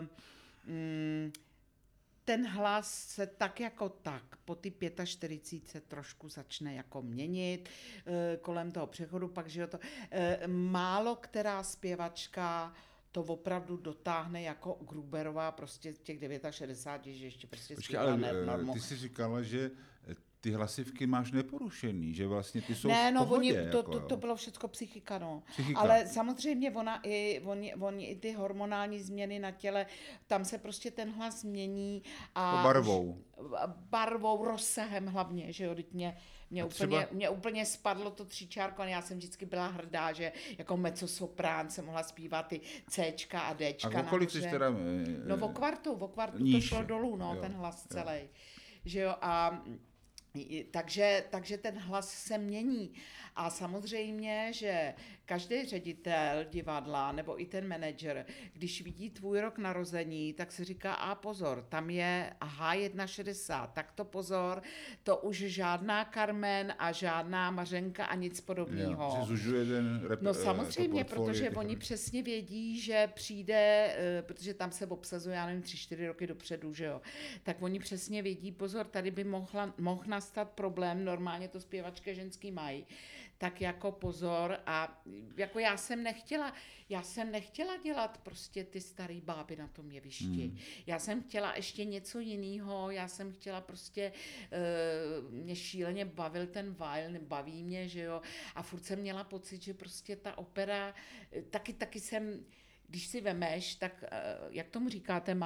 ten hlas se tak jako tak po ty 45 se trošku začne jako měnit kolem toho přechodu, pak, že jo, to málo která zpěvačka to opravdu dotáhne jako Gruberová prostě těch 69, že ještě prostě Počkej, ale ty jsi říkala, že ty hlasivky máš neporušený, že vlastně ty jsou ne, v no, pohodě. to bylo všechno psychika, no. Psychika. Ale samozřejmě oni i ty hormonální změny na těle, tam se prostě ten hlas mění. A barvou, rozsahem hlavně, že jo, mě úplně spadlo to tříčárko, a já jsem vždycky byla hrdá, že jako mezzosoprán jsem mohla zpívat ty Cčka a Dčka. A kolik jsi teda... No o kvartu to šlo dolů, no, jo, ten hlas celý. Že jo, a takže ten hlas se mění. A samozřejmě, že každý ředitel divadla nebo i ten manažer, když vidí tvůj rok narození, tak se říká, a pozor, tam je H160, tak to pozor, to už žádná Carmen a žádná Mařenka a nic podobného. Se zužuje no samozřejmě, protože oni přesně vědí, že přijde, protože tam se obsazuje, já nevím, 3-4 roky dopředu, že jo, tak oni přesně vědí, pozor, tady by mohl nastat problém, normálně to zpěvačky ženský mají, tak jako pozor. A jako já jsem nechtěla dělat prostě ty starý báby na tom jevišti. Já jsem chtěla ještě něco jiného, já jsem chtěla prostě, mě šíleně bavil ten Weil, baví mě, že jo, a furt jsem měla pocit, že prostě ta opera, taky jsem, když si vemeš, tak jak tomu říkáte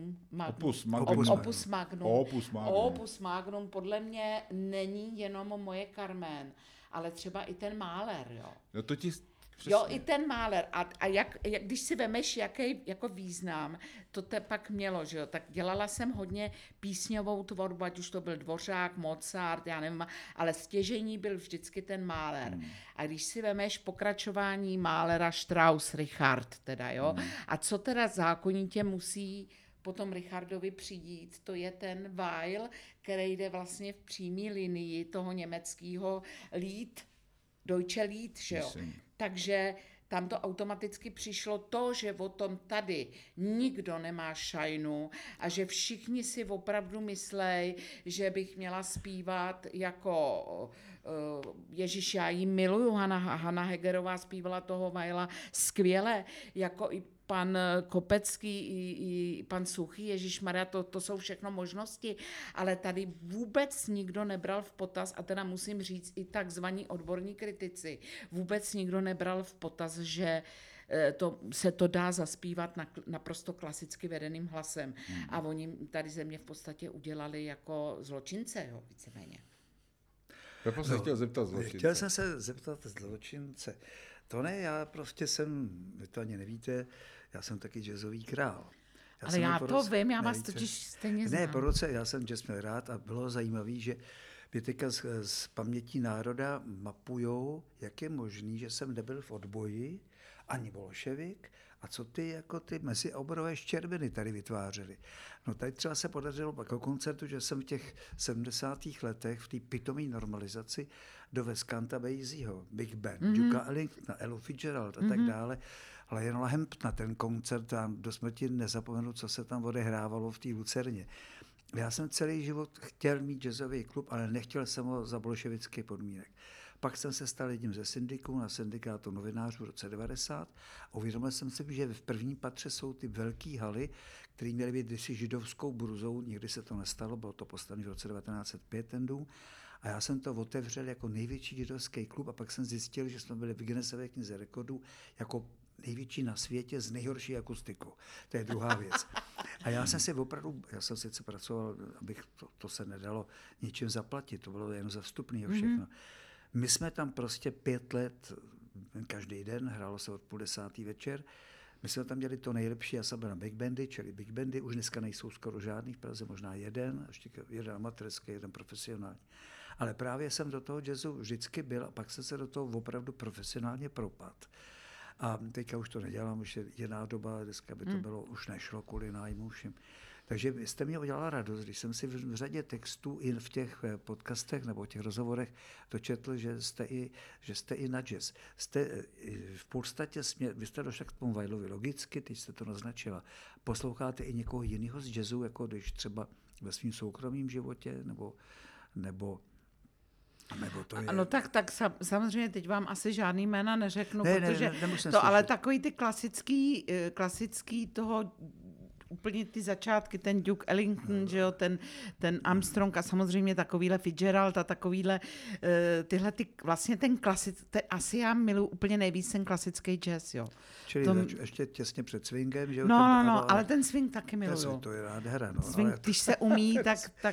Opus Magnum podle mě není jenom moje Carmen, ale třeba i ten Mahler, jo. No to ti... Přesně. Jo, i ten Mahler. A jak když si vemeš, jaký jako význam to pak mělo, že jo, tak dělala jsem hodně písňovou tvorbu, ať už to byl Dvořák, Mozart, já nevím, ale stěžení byl vždycky ten Mahler. A když si vemeš pokračování Mahlera, Strauss, Richard, teda, jo, a co teda zákonitě musí potom Richardovi přijít, to je ten Weil, který jde vlastně v přímé linii toho německého Lied, Deutsche Lied, že jo. tam to automaticky přišlo to, že o tom tady nikdo nemá šajnu a že všichni si opravdu myslej, že bych měla zpívat jako Ježíš, já ji miluju, Hana Hegerová zpívala toho Weila skvěle, jako i pan Kopecký, i pan Suchý, ježišmarja, to jsou všechno možnosti, ale tady vůbec nikdo nebral v potaz, a teda musím říct i takzvaní odborní kritici, vůbec nikdo nebral v potaz, že se to dá zaspívat naprosto klasicky vedeným hlasem. A oni tady ze mě v podstatě udělali jako zločince, jo, víceméně. Proto se chtěl zeptat zločince. Chtěl jsem se zeptat zločince. To ne, já prostě jsem, vy to ani nevíte, já jsem taky jazzový král. Ale já to vím, já vás totiž stejně znám. Ne, po roce, já jsem jazz měl rád a bylo zajímavé, že mě teďka z paměti národa mapujou, jak je možný, že jsem nebyl v odboji, ani bolševik, a co ty jako ty mezioborové štěrbiny tady vytvářely. No tady třeba se podařilo jako koncertu, že jsem v těch 70. letech v té pitomé normalizaci dovez Kanta Basieho, Big Band, Duka Ellingtona, Elu Fitzgerald a tak dále. Lionela Hamptona, ten koncert, já do smrti nezapomenu, co se tam odehrávalo v té Lucerně. Já jsem celý život chtěl mít jazzový klub, ale nechtěl jsem ho za bolševický podmínek. Pak jsem se stal jedním ze syndiků na syndikátu novinářů v roce 90. Uvědomil jsem si, že v prvním patře jsou ty velké haly, které měly být kdysi židovskou bruzou, nikdy se to nestalo, bylo to postavené v roce 1905 ten dům. A já jsem to otevřel jako největší židovský klub a pak jsem zjistil, že jsme byli v Guinnessové knize rekordů jako největší na světě s nejhorší akustikou. To je druhá věc. A já jsem si opravdu, já jsem sice pracoval, abych to se nedalo ničím zaplatit, to bylo jen za vstupného všechno. My jsme tam prostě 5 let, každý den, hrálo se od 9:30 večer, my jsme tam měli to nejlepší, já jsem byl na big bandy, čili big bandy, už dneska nejsou skoro žádný, v Praze možná jeden amatérský, jeden profesionální. Ale právě jsem do toho jazzu vždycky byl a pak jsem se do toho opravdu profesionálně propadl. A teďka už to nedělám, už je jiná doba, dneska by to bylo, už nešlo kvůli nájmu všem. Takže jste mě udělala radost, když jsem si v řadě textů i v těch podcastech nebo těch rozhovorech dočetl, že jste i na jazz. Jste v podstatě, vy jste došla k tomu Weilovi logicky, teď jste to naznačila. Posloucháte i někoho jiného z jazzu, jako když třeba ve svém soukromém životě, nebo to je... No tak samozřejmě teď vám asi žádný jména neřeknu, protože to ale takový ty klasický toho úplně ty začátky, ten Duke Ellington, že jo, ten Armstrong a samozřejmě takovýhle Fitzgerald a takovýhle tyhle vlastně asi já miluji úplně nejvíc ten klasický jazz, jo. Čili ještě těsně před swingem, že jo? Ale ten swing taky miluju. To je nádhera, no. Swing, ale... když se umí, tak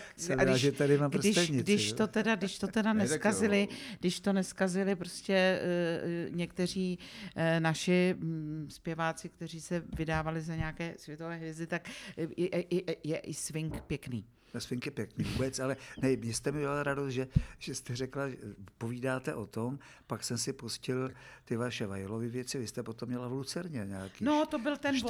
když to teda neskazili prostě někteří naši zpěváci, kteří se vydávali za nějaké světové hvězdy, tak je i swing pěkný. Swing je pěkný vůbec, ale ne, jste mi udělala radost, že jste řekla, že povídáte o tom, pak jsem si pustil ty vaše Weilovy věci, vy jste potom měla v Lucerně nějaký. No, to byl ten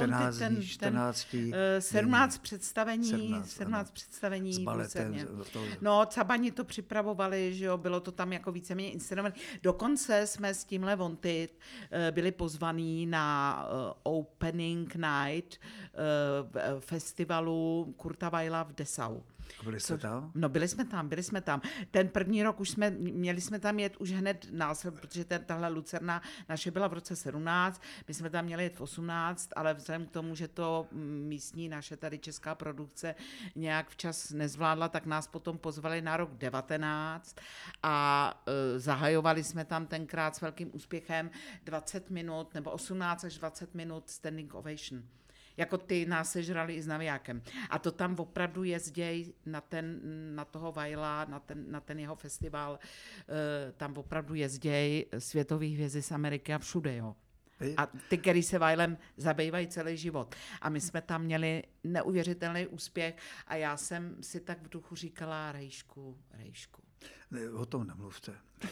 17 představení s baletem. No, Cabani to připravovali, že jo, bylo to tam jako víceméně inscenované. Dokonce jsme s tímhle Wanted byli pozvaní na opening night festivalu Kurta Weila v Dessau. Byli jste tam? No, byli jsme tam. Ten první rok měli jsme tam jet už hned následně, protože tahle Lucerna naše byla v roce 17, my jsme tam měli jet v 18, ale vzhledem k tomu, že to místní naše tady česká produkce nějak včas nezvládla, tak nás potom pozvali na rok 19 a zahajovali jsme tam tenkrát s velkým úspěchem 20 minut nebo 18 až 20 minut standing ovation. Jako ty nás sežrali i s navijákem. A to tam opravdu jezděj na toho Weila, na ten jeho festival, tam opravdu jezděj světový hvězdy z Ameriky a všude, jo. A ty, který se Weilem zabývají celý život. A my jsme tam měli neuvěřitelný úspěch a já jsem si tak v duchu říkala Rejšku. Ne, o tom nemluvte.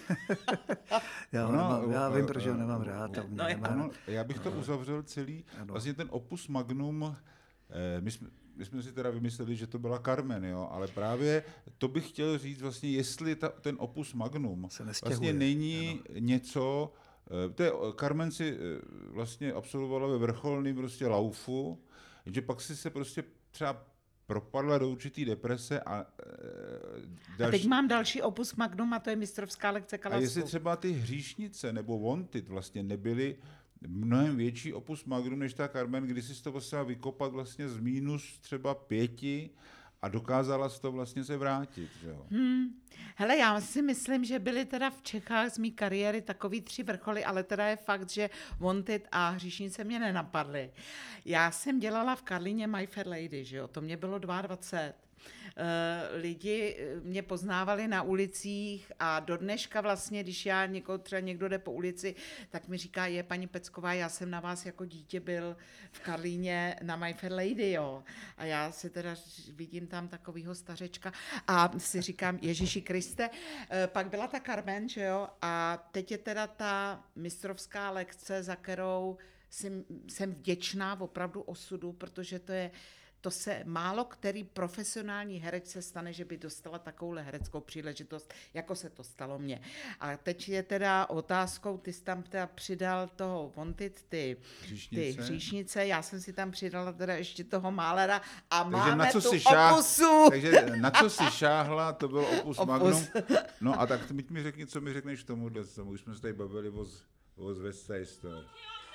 Já vím, proč ho nemám rád. Já bych to uzavřel celý. Vlastně ten opus magnum, my jsme si teda vymysleli, že to byla Carmen, jo, ale právě to bych chtěl říct vlastně, jestli ten opus magnum vlastně není něco, Carmen si vlastně absolvovala ve vrcholném prostě laufu, že pak si se prostě třeba propadla do určitý deprese a teď mám další opus magnum a to je mistrovská lekce Kalasku. A jestli třeba ty Hříšnice nebo Wanted vlastně nebyly mnohem větší opus magnum než ta Carmen, kdy si to musela vykopat vlastně z minus třeba 5 a dokázala si to vlastně se vrátit. Že jo? Hele, já si myslím, že byly teda v Čechách z mý kariéry takový 3 vrcholy, ale teda je fakt, že Wanted a Hříšnice mě nenapadly. Já jsem dělala v Karlíně My Fair Lady, že jo, to mě bylo 22. Lidi mě poznávali na ulicích a do dneška vlastně, když já třeba někdo jde po ulici, tak mi říká, je paní Pecková, já jsem na vás jako dítě byl v Karlíně na My Fair Lady, jo. A já si teda vidím tam takovýho stařečka a si říkám, Ježíši Kriste, pak byla ta Carmen, že jo, a teď je teda ta mistrovská lekce, za kterou jsem vděčná opravdu osudu, protože to se málo který profesionální herec se stane, že by dostala takovouhle hereckou příležitost, jako se to stalo mně. A teď je teda otázkou, ty jsi tam teda přidal toho Wanted, ty Hříšnice, já jsem si tam přidala teda ještě toho Málera a máme tu opusu. Takže na co si šáhla, to byl opus magnum. No a tak teď mi řekni, co mi řekneš k tomu, už jsme se tady bavili o West Side Story.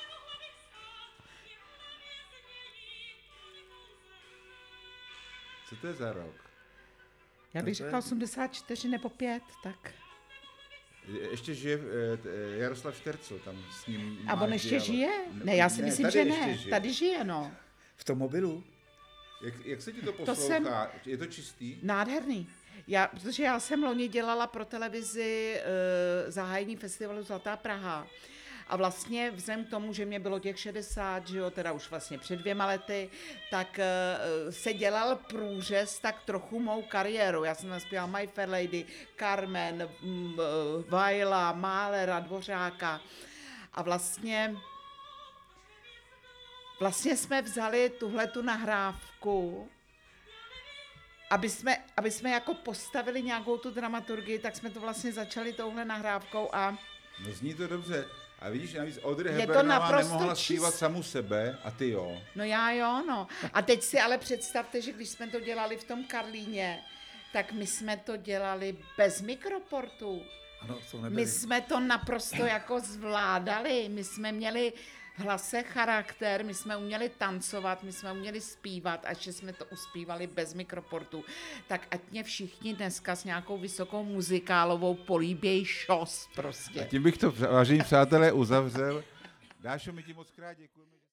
Co to je za rok? Já bych řekla 84 nebo 5, tak. Ještě žije Jaroslav Štercl, tam s ním. A on ještě žije? Ne, já si myslím, že ne. Žije. Tady žije, no. V tom mobilu? Jak se ti to poslouchá? Je to čistý? Nádherný. Protože já jsem loni dělala pro televizi zahájení festivalu Zlatá Praha. A vlastně vzhledem k tomu, že mě bylo těch 60, že jo, teda už vlastně před 2 lety, tak se dělal průřez tak trochu mou kariéru. Já jsem naspěvala My Fair Lady, Carmen, Vajla, Málera, Dvořáka. A vlastně jsme vzali tuhletu nahrávku, aby jsme jako postavili nějakou tu dramaturgii, tak jsme to vlastně začali touhle nahrávkou a... No zní to dobře. A vidíš, navíc Audrey Hepburnová nemohla zpívat samu sebe a ty jo. No já jo, no. A teď si ale představte, že když jsme to dělali v tom Karlíně, tak my jsme to dělali bez mikroportu. Ano, to nebyli. My jsme to naprosto jako zvládali. My jsme měli v hlase charakter, my jsme uměli tancovat, my jsme uměli zpívat a ještě jsme to uspívali bez mikroportu. Tak ať mě všichni dneska s nějakou vysokou muzikálovou políběj šos prostě. A tím bych to, vážení přátelé, uzavřel. Dášo, my ti moc krát děkujeme.